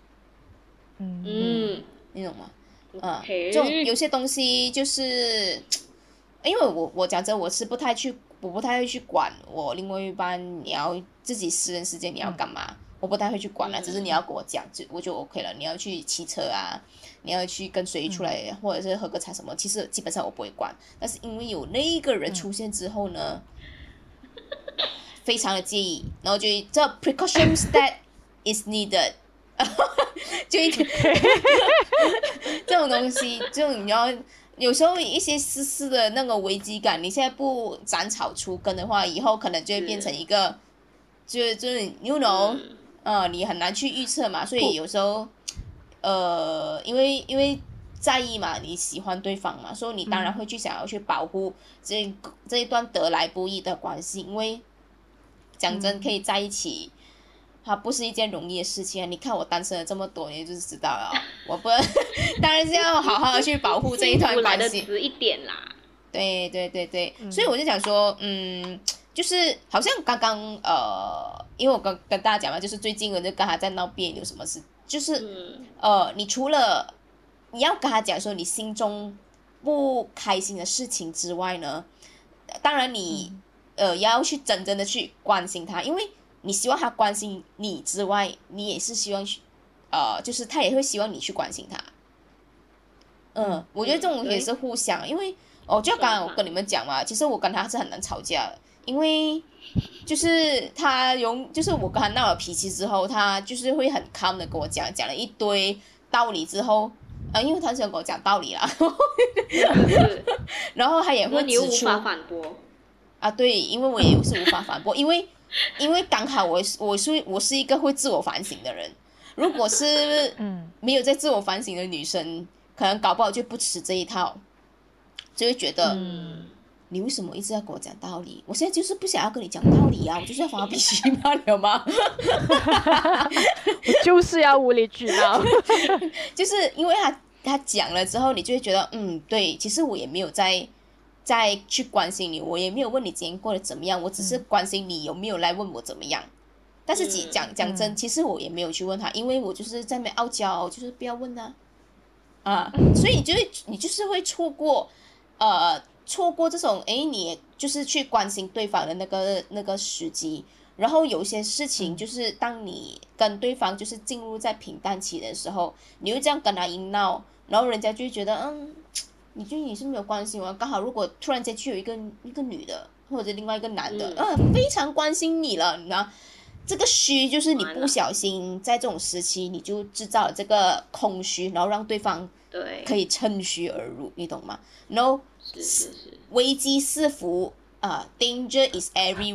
嗯，你懂吗？啊、okay. 嗯，这种有些东西就是，因为我我讲真，我是不太去，我不太会去管我另外一半，你要自己私人时间你要干嘛，嗯、我不太会去管了，只是你要跟我讲，就我就 OK 了。你要去骑车啊，你要去跟谁出来，嗯、或者是喝个茶什么，其实基本上我不会管。但是因为有那一个人出现之后呢，嗯、非常的介意，然后就这 precautions that is needed。就一点这种东西，就你要有时候一些丝丝的那个危机感，你现在不斩草除根的话，以后可能就会变成一个，就就是 you know， 呃，你很难去预测嘛，所以有时候，呃，因为因为在意嘛，你喜欢对方嘛，所以你当然会去想要去保护这这一段得来不易的关系，因为讲真可以在一起。它不是一件容易的事情啊！你看我单身了这么多年，就是知道了。我不，当然是要好好的去保护这一段关系。 迟一点啦。 对对对对，嗯、所以我就想说，嗯，就是好像刚刚呃，因为我跟跟大家讲嘛，就是最近我就跟他在闹别扭什么事，就是、嗯、呃，你除了你要跟他讲说你心中不开心的事情之外呢，当然你、嗯、呃要去真正的去关心他，因为。你希望他关心你之外，你也是希望呃，就是他也会希望你去关心他。嗯，我觉得这种也是互相，因为哦，就刚刚我跟你们讲嘛，其实我跟他是很难吵架的，因为就是他用，就是我跟他闹了脾气之后，他就是会很 calm 的跟我讲，讲了一堆道理之后，呃，因为他喜欢跟我讲道理啦，然后他也会你又无法反驳啊，对，因为我也是无法反驳，因为因为刚好我我是我是一个会自我反省的人，如果是没有在自我反省的女生，可能搞不好就不吃这一套，就会觉得，嗯，你为什么一直要跟我讲道理？我现在就是不想要跟你讲道理啊，我就是要发脾气罢了吗？ 我就是要无理取闹。 就是因为他他讲了之后，你就会觉得，嗯，对，其实我也没有在再去关心你，我也没有问你今天过得怎么样，我只是关心你有没有来问我怎么样。但是讲讲真，其实我也没有去问他，因为我就是在那边傲娇，就是不要问他啊，所以你就会你就是会错过，呃，错过这种哎，你就是去关心对方的那个那个时机。然后有些事情就是当你跟对方就是进入在平淡期的时候，你会这样跟他硬闹，然后人家就会觉得嗯。你对你是没有关心我，刚好如果突然间去有一个一个女的或者另外一个男的，嗯、呃，非常关心你了，然后这个虚就是你不小心在这种时期你就制造了这个空虚，然后让对方可以趁虚而入，你懂吗？然后是是是危机四伏啊、呃、，danger is everywhere 。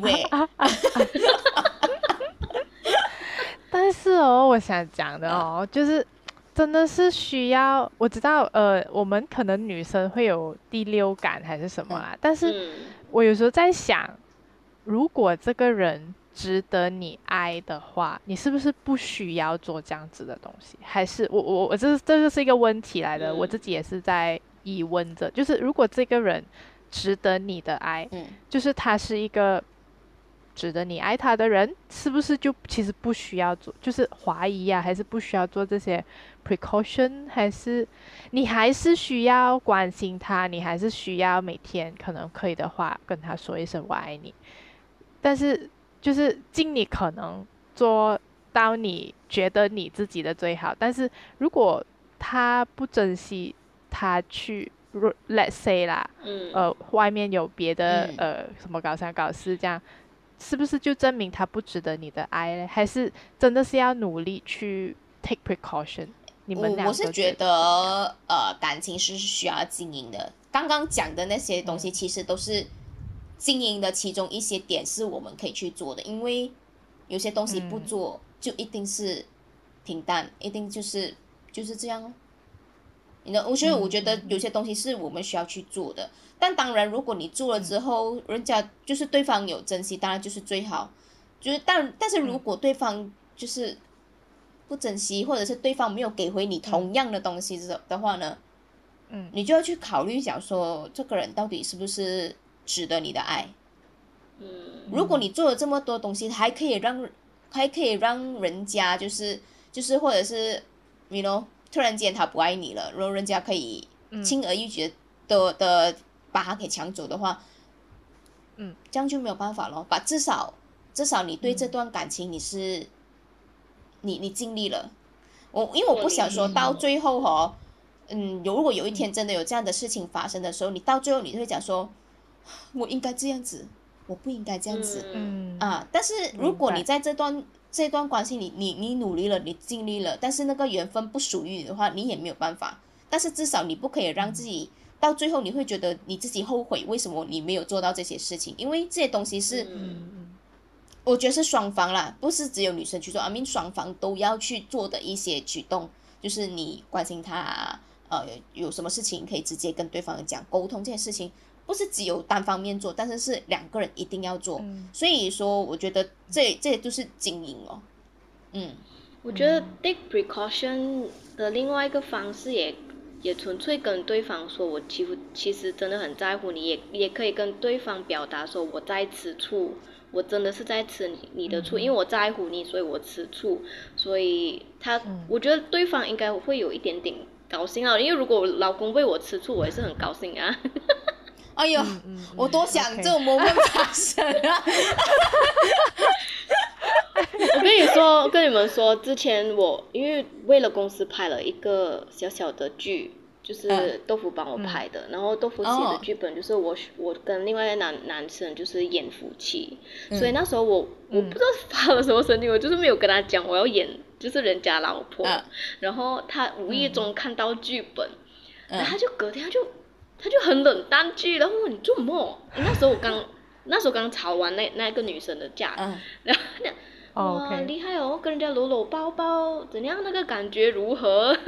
但是哦，我想讲的哦，就是。真的是需要，我知道，呃，我们可能女生会有第六感还是什么啦，但是我有时候在想，如果这个人值得你爱的话，你是不是不需要做这样子的东西？还是我我我这这就是一个问题来的，我自己也是在疑问着，就是如果这个人值得你的爱，就是他是一个。值得你爱他的人，是不是就其实不需要做，就是怀疑啊，还是不需要做这些 precaution， 还是你还是需要关心他，你还是需要每天可能可以的话跟他说一声我爱你，但是就是尽你可能做到你觉得你自己的最好，但是如果他不珍惜，他去 let's say 啦，嗯、呃，外面有别的、嗯、呃什么搞三搞四这样。是不是就证明他不值得你的爱呢？还是真的是要努力去 take precaution？ 你们两个我是觉得，呃，感情是需要经营的。刚刚讲的那些东西，其实都是经营的其中一些点，是我们可以去做的。因为有些东西不做，嗯、就一定是平淡，一定就是就是这样哦。你呢？我觉得，我觉得有些东西是我们需要去做的。但当然，如果你做了之后，人家就是对方有珍惜，当然就是最好。就是但但是如果对方就是不珍惜，或者是对方没有给回你同样的东西的话呢，嗯，你就要去考虑讲说，这个人到底是不是值得你的爱。嗯，如果你做了这么多东西，还可以让还可以让人家就是就是或者是 you know 突然间他不爱你了，然后人家可以轻而易举的的把他给抢走的话，嗯，这样就没有办法咯。把至少至少你对这段感情你是、嗯、你你尽力了。我因为我不想说到最后哦，嗯，有如果有一天真的有这样的事情发生的时候，你到最后你会讲说，我应该这样子，我不应该这样子，嗯啊。但是如果你在这段这段关系里，你你努力了，你尽力了，但是那个缘分不属于你的话，你也没有办法。但是至少你不可以让自己、嗯、到最后你会觉得你自己后悔，为什么你没有做到这些事情？因为这些东西是，嗯、我觉得是双方啦，不是只有女生去做，I mean双方都要去做的一些举动，就是你关心他，呃，有什么事情可以直接跟对方讲，沟通这些事情。不是只有单方面做，但是是两个人一定要做。嗯、所以说，我觉得这这就是经营哦。嗯， 我觉得 take precaution 的另外一个方式也也纯粹跟对方说，我其实其实真的很在乎你，也也可以跟对方表达说我在吃醋，我真的是在吃你你的醋，嗯、因为我在乎你，所以我吃醋。所以他，嗯、我觉得对方应该会有一点点高兴啊，因为如果我老公为我吃醋，我也是很高兴啊。 哎呦，嗯嗯、我多想这种 moment 发生啊！ 我跟你说，跟你们说，之前我因为为了公司拍了一个小小的剧，就是豆腐帮我拍的，嗯、然后豆腐写的剧本就是我、哦、我跟另外一个男男生就是演夫妻，嗯、所以那时候我我不知道发了什么神经，我就是没有跟他讲我要演就是人家老婆，嗯、然后他无意中看到剧本，嗯、然后他就隔天他就他就很冷淡句，然后问你做什么？那时候我刚那时候刚吵完那那个女生的架，嗯、然后那。 Oh, 哇， okay. 厉害哦！跟人家搂搂抱抱，怎样？那个感觉如何？因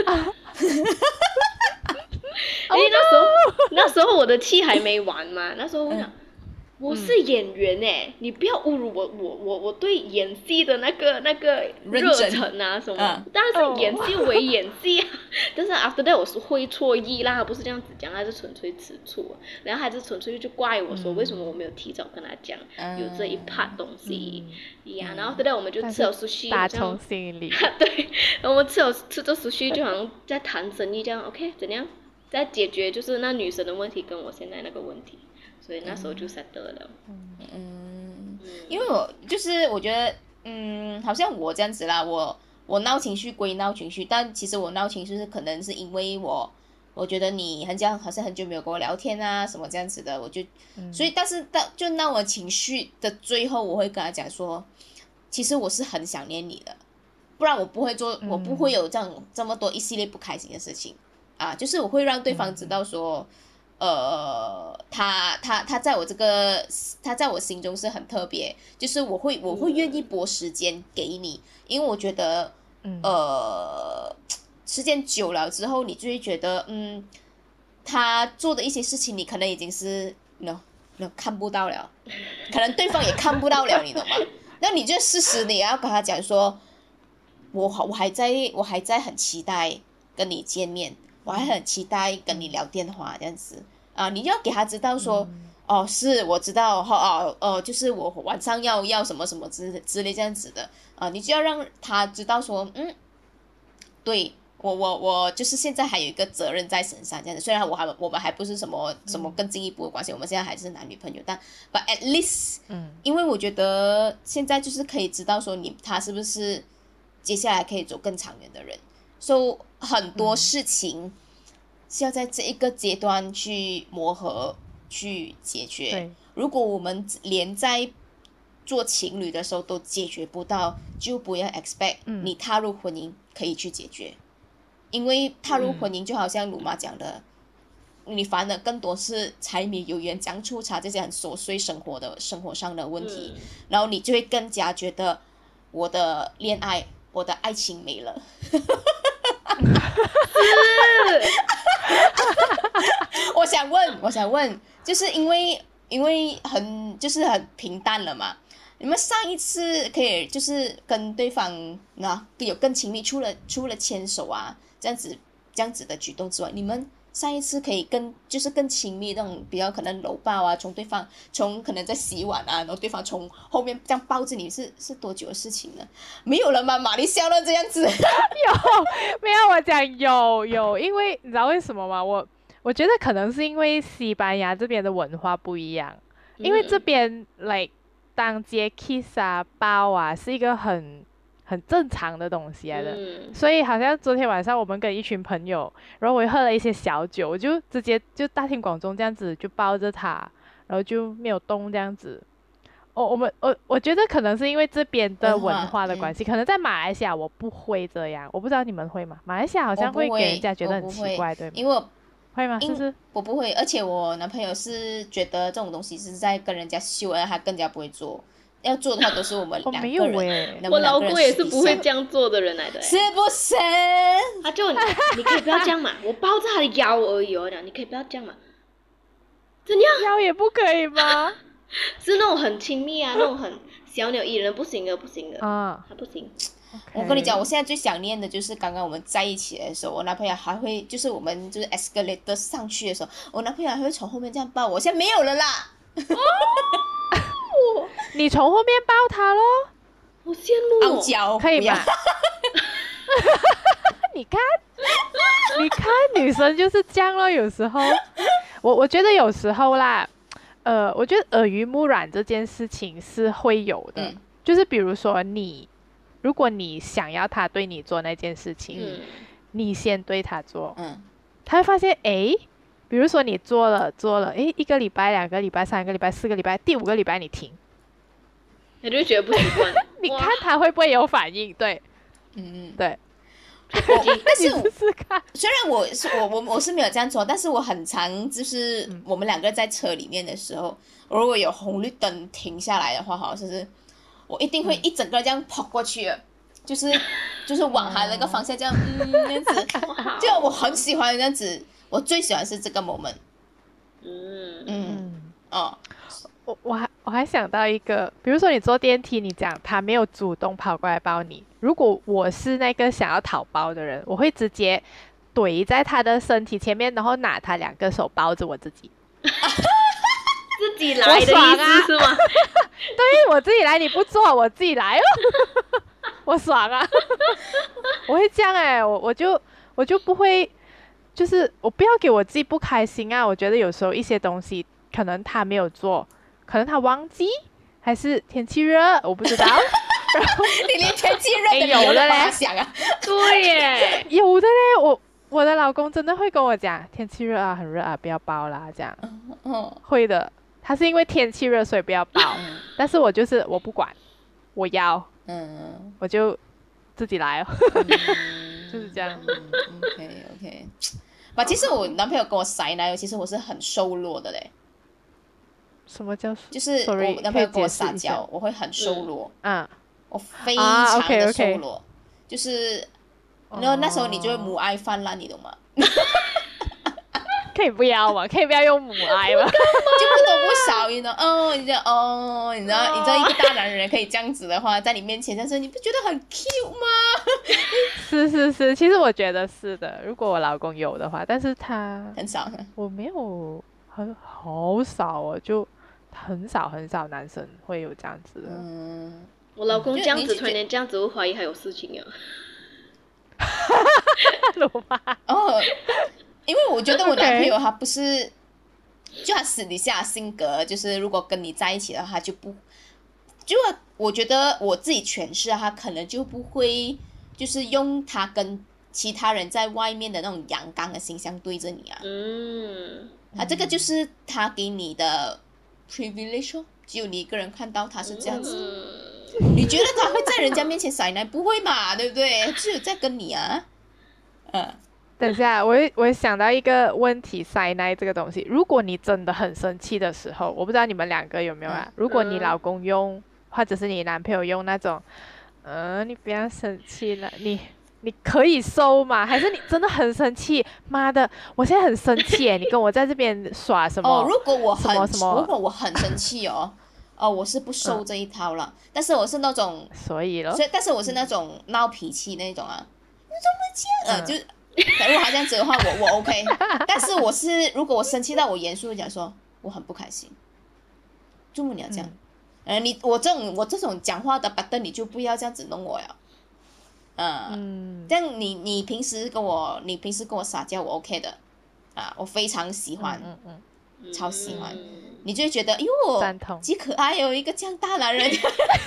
为那时候、oh, no! 那时候我的戏还没完嘛，那时候我想，嗯、我是演员哎，你不要侮辱我，我我我对演戏的那个那个热忱啊什么，嗯、当然是演戏为演戏啊。Oh. 但是 after that 我是会错意啦，不是这样子讲，他是纯粹吃醋，然后还是纯粹就怪我说，为什么我没有提早跟他讲、嗯、有这一 part 东西呀、嗯 yeah, 然后 after that 我们就吃了 sushi， 打从心里。 对，我们吃了吃着 sushi 就好像在谈生意这样 ，OK 怎样？在解决就是那女生的问题跟我现在那个问题，所以那时候就 settle 了。 嗯嗯，因为我就是我觉得，嗯，好像我这样子啦，我我闹情绪归闹情绪，但其实我闹情绪是可能是因为我，我觉得你很久好像很久没有跟我聊天啊什么这样子的，我就，嗯、所以但是到就闹我情绪的最后，我会跟他讲说，其实我是很想念你的，不然我不会做，我不会有这样这么多一系列不开心的事情。啊，就是我会让对方知道说，嗯、呃，他他他在我这个，他在我心中是很特别，就是我会我会愿意拨时间给你，因为我觉得，呃，时间久了之后，你就会觉得，嗯，他做的一些事情，你可能已经是 no no 看不到了，可能对方也看不到了，你懂吗？那你就适时你要跟他讲说，我我还在我还在很期待跟你见面。我还很期待跟你聊电话这样子啊，你就要给他知道说，嗯、哦，是我知道哈哦哦，就是我晚上要要什么什么之之类这样子的啊，你就要让他知道说，嗯，对我我我就是现在还有一个责任在身上这样子，虽然我还我们还不是什么什么更进一步的关系，嗯、我们现在还是男女朋友，但 but at least，嗯，因为我觉得现在就是可以知道说你他是不是接下来可以走更长远的人。So 很多事情是要在这一个阶段去磨合、去解决。如果我们连在做情侣的时候都解决不到，就不要 expect 你踏入婚姻可以去解决。嗯、因为踏入婚姻就好像鲁妈讲的，嗯、你烦的更多是柴米油盐酱醋茶这些很琐碎生活的生活上的问题，嗯、然后你就会更加觉得我的恋爱、我的爱情没了。我想问，我想问，就是因为因为很就是很平淡了嘛。你们上一次可以就是跟对方那有更亲密，除了除了牵手啊这样子这样子的举动之外，你们上一次可以更就是更亲密那种比较可能搂抱啊，从对方从可能在洗碗啊，然后对方从后面这样抱着你是是多久的事情呢？没有了吗？玛丽笑了这样子。 有没有？我讲有有，因为你知道为什么吗？我我觉得可能是因为西班牙这边的文化不一样，因为这边 like 当街 kiss 啊抱啊是一个很很正常的东西来的，嗯、所以好像昨天晚上我们跟一群朋友，然后我也喝了一些小酒，我就直接就大庭广众这样子就抱着他，然后就没有动这样子。哦，我们我我觉得可能是因为这边的文化的关系，嗯、可能在马来西亚我不会这样，我不知道你们会吗？马来西亚好像会给人家觉得很奇怪，对吗？ 因为我会吗？是不是？ 我不会，而且我男朋友是觉得这种东西是在跟人家秀恩，他更加不会做。要做的话都是我们两个人。 我没有欸， 我老公也是不会这样做的人来的、欸， 是不是？ 他就你你可以不要这样嘛，我抱着他的腰而已哦，你可以不要这样嘛。怎样？ 腰也不可以吗？ 是那种很亲密啊，那种很小鸟依人，不行的，不行的啊，他不行。 Okay. 我跟你讲，我现在最想念的就是刚刚我们在一起的时候，我男朋友还会就是我们就是 escalator 上去的时候，我男朋友还会从后面这样抱我，现在没有了啦。 哦、你从后面抱他咯， 好羡慕、哦， 傲娇可以吗？你看，你看，女生就是这样咯。有时候，我我觉得有时候啦，呃，我觉得耳濡目染这件事情是会有的。嗯就是比如说你，如果你想要他对你做那件事情， 嗯你先对他做， 嗯他会发现，诶，比如说你做了做了，诶，一个礼拜、两个礼拜、三个礼拜、四个礼拜，第五个礼拜你停， 你就会觉得不习惯。 你哇看他会不会有反应？对嗯嗯， 对， 我但是你试试看。 虽然我是我我我是没有这样做，但是我很常就是嗯我们两个在车里面的时候，如果有红绿灯停下来的话，好像是我一定会一整个这样跑过去的，就是就是往他那个方向这样，嗯，这样子，就我很喜欢这样子，我最喜欢是这个 moment， 嗯嗯嗯， 哦， 我我还我还想到一个，比如说你坐电梯，你讲他没有主动跑过来抱你，如果我是那个想要讨包的人，我会直接怼在他的身体前面，然后拿他两个手包着我自己。 自己来的意我爽啊思是吗？ 对，我自己来，你不做，我自己来哦，我爽啊！我会这样哎、我我就我就不会，就是我不要给我自己不开心啊。我觉得有时候一些东西可能他没有做，可能他忘记，还是天气热，我不知道。 你连天气热的哎理由都有的嘞帮他想啊， 对耶， 有的嘞，我我的老公真的会跟我讲，天气热啊，很热啊，不要包啦，这样嗯会的。他是因为天气热所以不要包， 嗯但是我就是我不管，我要嗯我就自己来哦。 嗯， 就是这样嗯 OK OK，吧，其实我男朋友跟我塞奶，其实我是很瘦弱的嘞， 什么叫就是 ？Sorry， 我男朋友跟我可以解释一下撒娇，我会很瘦弱， 啊？ 我非啊常的 ，OK，OK 瘦弱，就是，然后那时候你就会母爱泛滥，你懂吗？ 可以不要吗？可以不要用母爱吗？ 就不多不少，你知道，哦，你知道，哦，你知道，你知道一个大男人可以这样子的话，在你面前，但是你不觉得很 cute 吗？ 是是是，其实我觉得是的。如果我老公有的话，但是他很少， 我没有很好少哦，就很少很少男生会有这样子的。 嗯， 我老公这样子， 就你就突然间这样子，我怀疑还有事情啊。 鲁妈， 哦，因为我觉得我男朋友他不是，就他私底下的性格，就是如果跟你在一起的话，他就不，就我觉得我自己诠释啊，他可能就不会，就是用他跟其他人在外面的那种阳刚的形象对着你啊， 嗯， 啊，这个就是他给你的 privilege，哦只有你一个人看到他是这样子。 嗯你觉得他会在人家面前撒奶？不会嘛，对不对？只有在跟你啊，嗯等一下，我也我也想到一个问题，塞奶这个东西，如果你真的很生气的时候，我不知道你们两个有没有啊？如果你老公用，或者是你男朋友用那种，嗯、呃，你不要生气了，你你可以收吗？还是你真的很生气？妈的，我现在很生气耶！你跟我在这边耍什么？ 哦，如果我很什么什么如果我很生气哦，哦，我是不收这一套了。但是我是那种， 所以咯， 所以但是我是那种闹脾气那种啊，你怎么这样？呃， 嗯就如果他这样子的话，我我 OK。但是我是如果我生气到我严肃的讲说，我很不开心，注目你要这样，呃，你我这种我这种讲话的 button 你就不要这样子弄我了，嗯。 嗯， 这样你你平时跟我你平时跟我撒娇我 OK 的啊，我非常喜欢， 嗯嗯嗯， 超喜欢嗯你就会觉得哎呦赞同极可爱哦，一个这样大男人。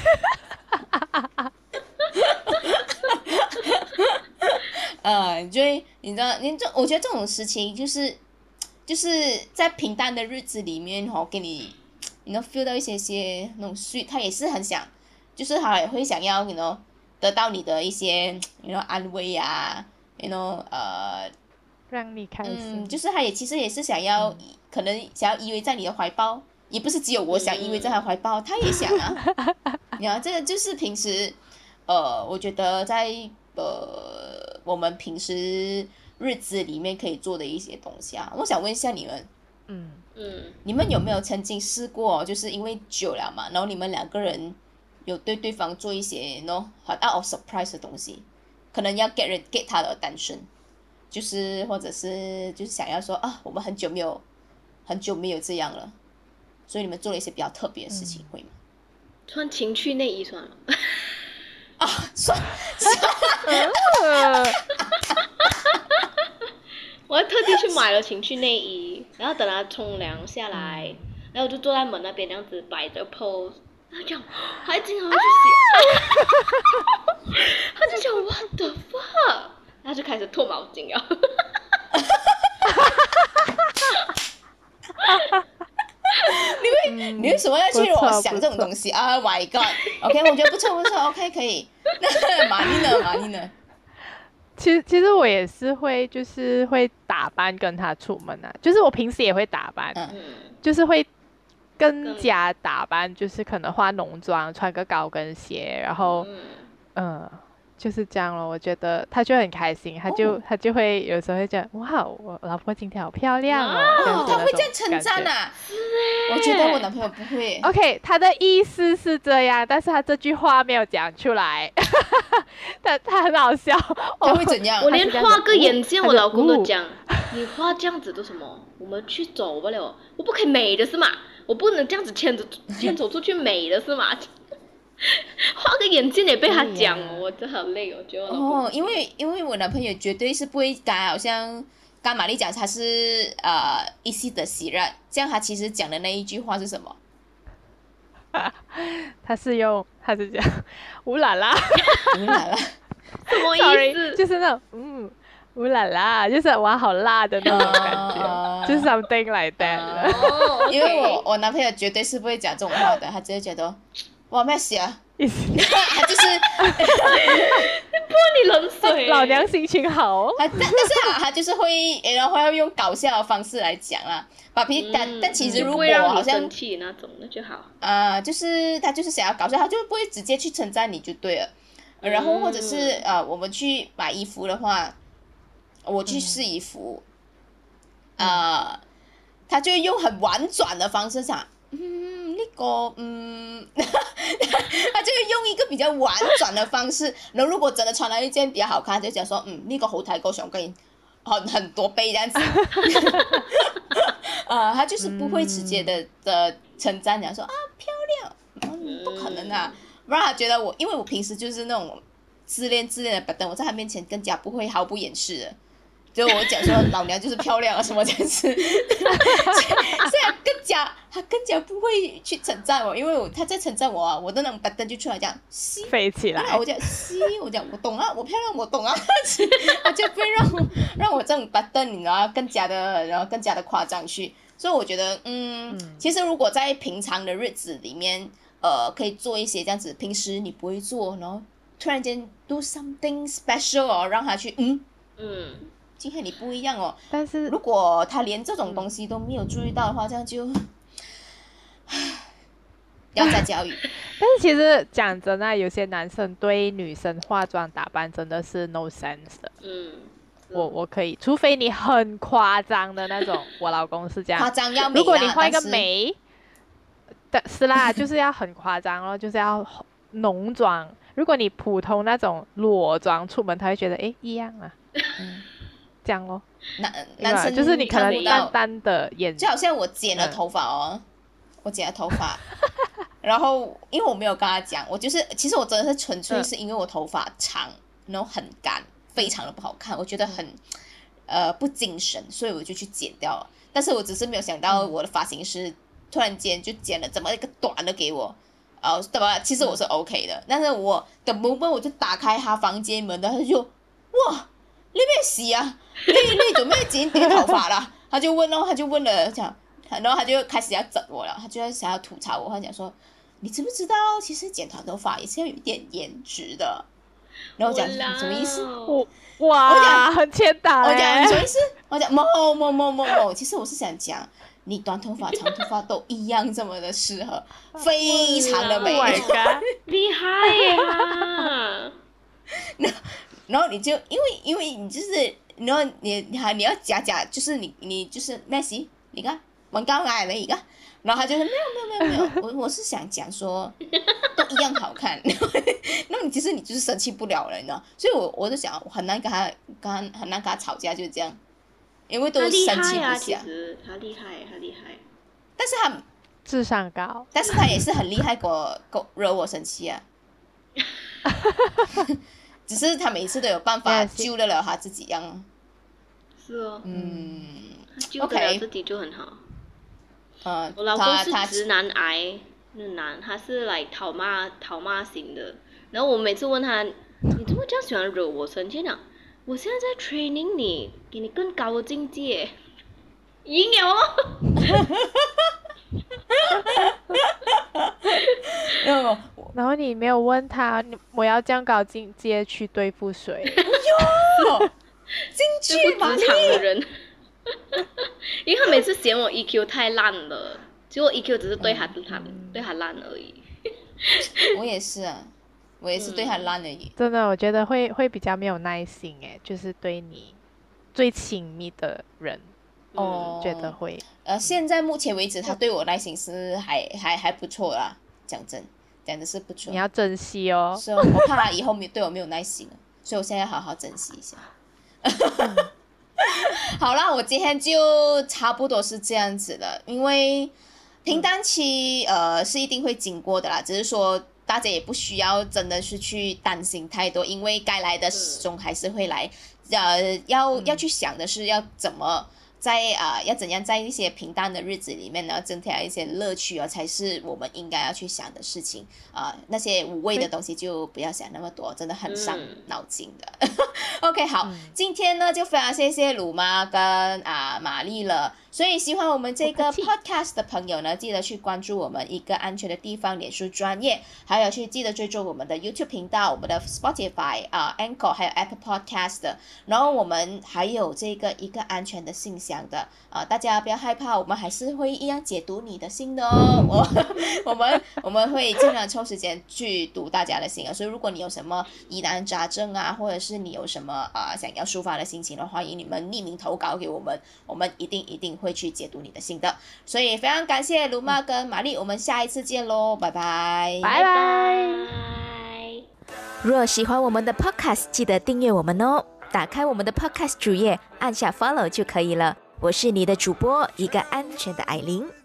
呃，你就会你知道，你这我觉得这种事情就是就是在平淡的日子里面哦，给你你能 feel 到一些些那种 sweet，他也是很想，就是他也会想要你 know 得到你的一些你 know 安慰啊，you know 呃让你开心， 嗯，就是他也其实也是想要，可能想要依偎在你的怀抱，也不是只有我想依偎在他怀抱，他也想啊。你看，这个就是平时，呃，我觉得在呃我们平时日子里面可以做的一些东西啊。我想问一下你们， 嗯， 嗯， 你们有没有曾经试过，就是因为久了嘛，然后你们两个人有对对方做一些 no 很 out of surprise 的东西，可能要 get 人 get 他的 attention。就是或者是就是想要说啊，我们很久没有很久没有这样了，所以你们做了一些比较特别的事情，会吗？ 穿情趣内衣算了。 啊，算呃我还特地去买了情趣内衣，然后等他冲凉下来，然后我就坐在门那边这样子摆着 pose， 他讲还经常去洗，他就讲 what the fuck， 他就开始脱毛巾了。 你为、嗯、你为什么要去我想这种东西啊、oh、？My God，OK，、okay, 我觉得不错不错 ，OK 可以。那玛丽呢？玛丽呢？ 其实其实我也是会，就是会打扮跟他出门啊，就是我平时也会打扮，嗯、就是会更加打扮，就是可能化浓妆，穿个高跟鞋，然后嗯。呃就是这样咯，我觉得他就很开心，他就、哦、他就会有时候会讲，哇，我老婆今天好漂亮哦， 哦他会这样称赞啊，我觉得我男朋友不会。 OK， 他的意思是这样，但是他这句话没有讲出来，他他很好笑。 他会怎样？ 我连画个眼线，我老公都讲，你画这样子做什么？我们去走不了，我不可以美的是吗？我不能这样子牵着牵走出去美的是吗？画个眼镜也被他讲哦，我真好累哦，觉得哦，因为因为我男朋友绝对是不会改，好像刚玛丽讲他是呃一夕的喜悦，这样他其实讲的那一句话是什么？ 他是用他是讲乌啦啦， 乌啦啦， 什么意思？ 就是那种嗯乌啦啦，就是哇好辣的那种感觉，呃、就是 something like that、 哦。因为我我男朋友绝对是不会讲这种话的，他只会觉得。哇，咩事啊？他就是泼你冷水， 老娘心情好。 但但是啊，他就是会，然后会用搞笑的方式来讲啊。把皮、嗯、但但其实如果好像生气那种，那就好。 啊、呃，就是他就是想要搞笑，他就不会直接去称赞你就对了。嗯、然后或者是呃，我们去买衣服的话，我去试衣服，啊、嗯呃，他就用很婉转的方式讲。嗯，那個嗯，他就用一個比較婉轉的方式，然後如果真的穿了一件比較好看，就講說嗯，那個好睇過上跟很很多倍這樣子。呃，他就是不會直接的的稱讚，講說啊漂亮，嗯，不可能啊，不然他覺得我，因為我平時就是那種自戀自戀的板凳，我在他面前更加不會毫不掩飾的。就我講說老娘就是漂亮啊什麼這樣子，所以他更加他更加不會去稱讚我，因為我他在稱讚我啊，我的那種板凳就出來講西飛起來， 我講西，我講我懂啊，我漂亮我懂啊，他就不會讓我讓我這種板凳然後更加的然後更加的誇張去，所以我覺得嗯，嗯其實如果在平常的日子裡面，呃，可以做一些這樣子平時你不會做，然後突然間 do something special 哦，讓他去嗯嗯。今天你不一樣哦， 但是如果他連這種東西都沒有注意到的話，這樣就要再教育。 但是其實講真啊，有些男生對女生化妝打扮真的是 no sense 的。嗯，我我可以，除非你很誇張的那種，我老公是這樣。 誇張要美啦， 如果你畫一個眉，的是啦，就是要很誇張咯，就是要濃妝。如果你普通那種裸妝出門，他會覺得誒一樣啊。嗯這樣咯， 男男生就是你可能淡淡的眼， 就好像我剪了頭髮哦，嗯、我剪了頭髮，然後因為我沒有跟他講，我就是其實我真的是純粹是因為我頭髮長，嗯、然後很乾，非常的不好看，我覺得很，呃不精神，所以我就去剪掉了。但是我只是沒有想到我的髮型師突然間就剪了這麼一個短的給我，呃，對吧？其實我是 OK 的，但是我的 moment 我就打開他房間門的，他就哇。你咩事啊？你你做咩剪你頭髮啦？他就問咯，他就問了，講，然後他就開始要整我了，他就想要吐槽我，他講說，你知不知道，其實剪長頭髮也是要有一點顏值的。然後我講什麼意思？ 我哇，我講很欠打。 我講什麼意思？我講冇冇冇冇冇，其實我是想講，你短頭髮、長頭髮都一樣這麼的適合，非常的美。 Oh my god， 厲害呀！ 然後你就因為因為你就是然後你你還你要假假就是你你就是咩事你看玩高矮了一個然後他就說沒有沒有沒有沒有我我是想講說都一樣好看那你其實你就是生氣不了了你知道所以我我就想我很難跟他跟他很難跟他吵架就是這樣因為都生氣不下他厲害他厲害但是他智商高但是他也是很厲害給我給惹我生氣啊只是他每次都有辦法救得了他自己樣。 是哦。 嗯。 他救得了自己就很好。 呃， 我老公是直男癌， 那男他是来讨骂讨骂型的，然后我每次问他，你怎么这样喜欢惹我生气呢？我现在在 training 你，给你更高的境界，赢了哦。 然后你没有问他，我要这样高境界去对付谁？ 哟，进去嘛，职场的人，因为他每次嫌我 E Q 太烂了，结果 E Q 只是对他、嗯、他对他烂而已。 我也是啊，我也是对他烂而已。 真的，我觉得会会比较没有耐心哎，就是对你最亲密的人，哦、嗯，觉得会。 呃，现在目前为止，他对我耐心是还还还不错啦，讲真，讲的是不错。 你要珍惜哦。 是、so, 我怕他以后没对我没有耐心了，所以我现在要好好珍惜一下。好啦，我今天就差不多是这样子的，因为平淡期呃是一定会经过的啦，只是说大家也不需要真的是去担心太多，因为该来的始终还是会来，呃，要要去想的是要怎么。在啊、呃，要怎样在一些平淡的日子里面呢，增添一些乐趣啊，才是我们应该要去想的事情啊、呃。那些无谓的东西就不要想那么多，真的很伤脑筋的。嗯、OK， 好、嗯，今天呢就非常谢谢鲁妈跟啊玛丽了。所以喜欢我们这个 podcast 的朋友呢，记得去关注我们一个安全的地方脸书专页，还有去记得追踪我们的 YouTube 频道，我们的 Spotify 啊、呃、Anchor 还有 Apple Podcast 的。然后我们还有这个一个安全的信箱的啊、呃，大家不要害怕，我们还是会一样解读你的信的哦。我我们我们会尽量抽时间去读大家的信啊。所以如果你有什么疑难杂症啊，或者是你有什么啊、呃、想要抒发的心情的话，欢迎你们匿名投稿给我们，我们一定一定会去解读你的信的。所以非常感谢卢妈跟玛丽，我们下一次见咯，拜拜， 拜拜。 若喜欢我们的 podcast， 记得订阅我们哦。打开我们的 podcast 主页，按下 follow 就可以了。我是你的主播，一个安全的艾琳。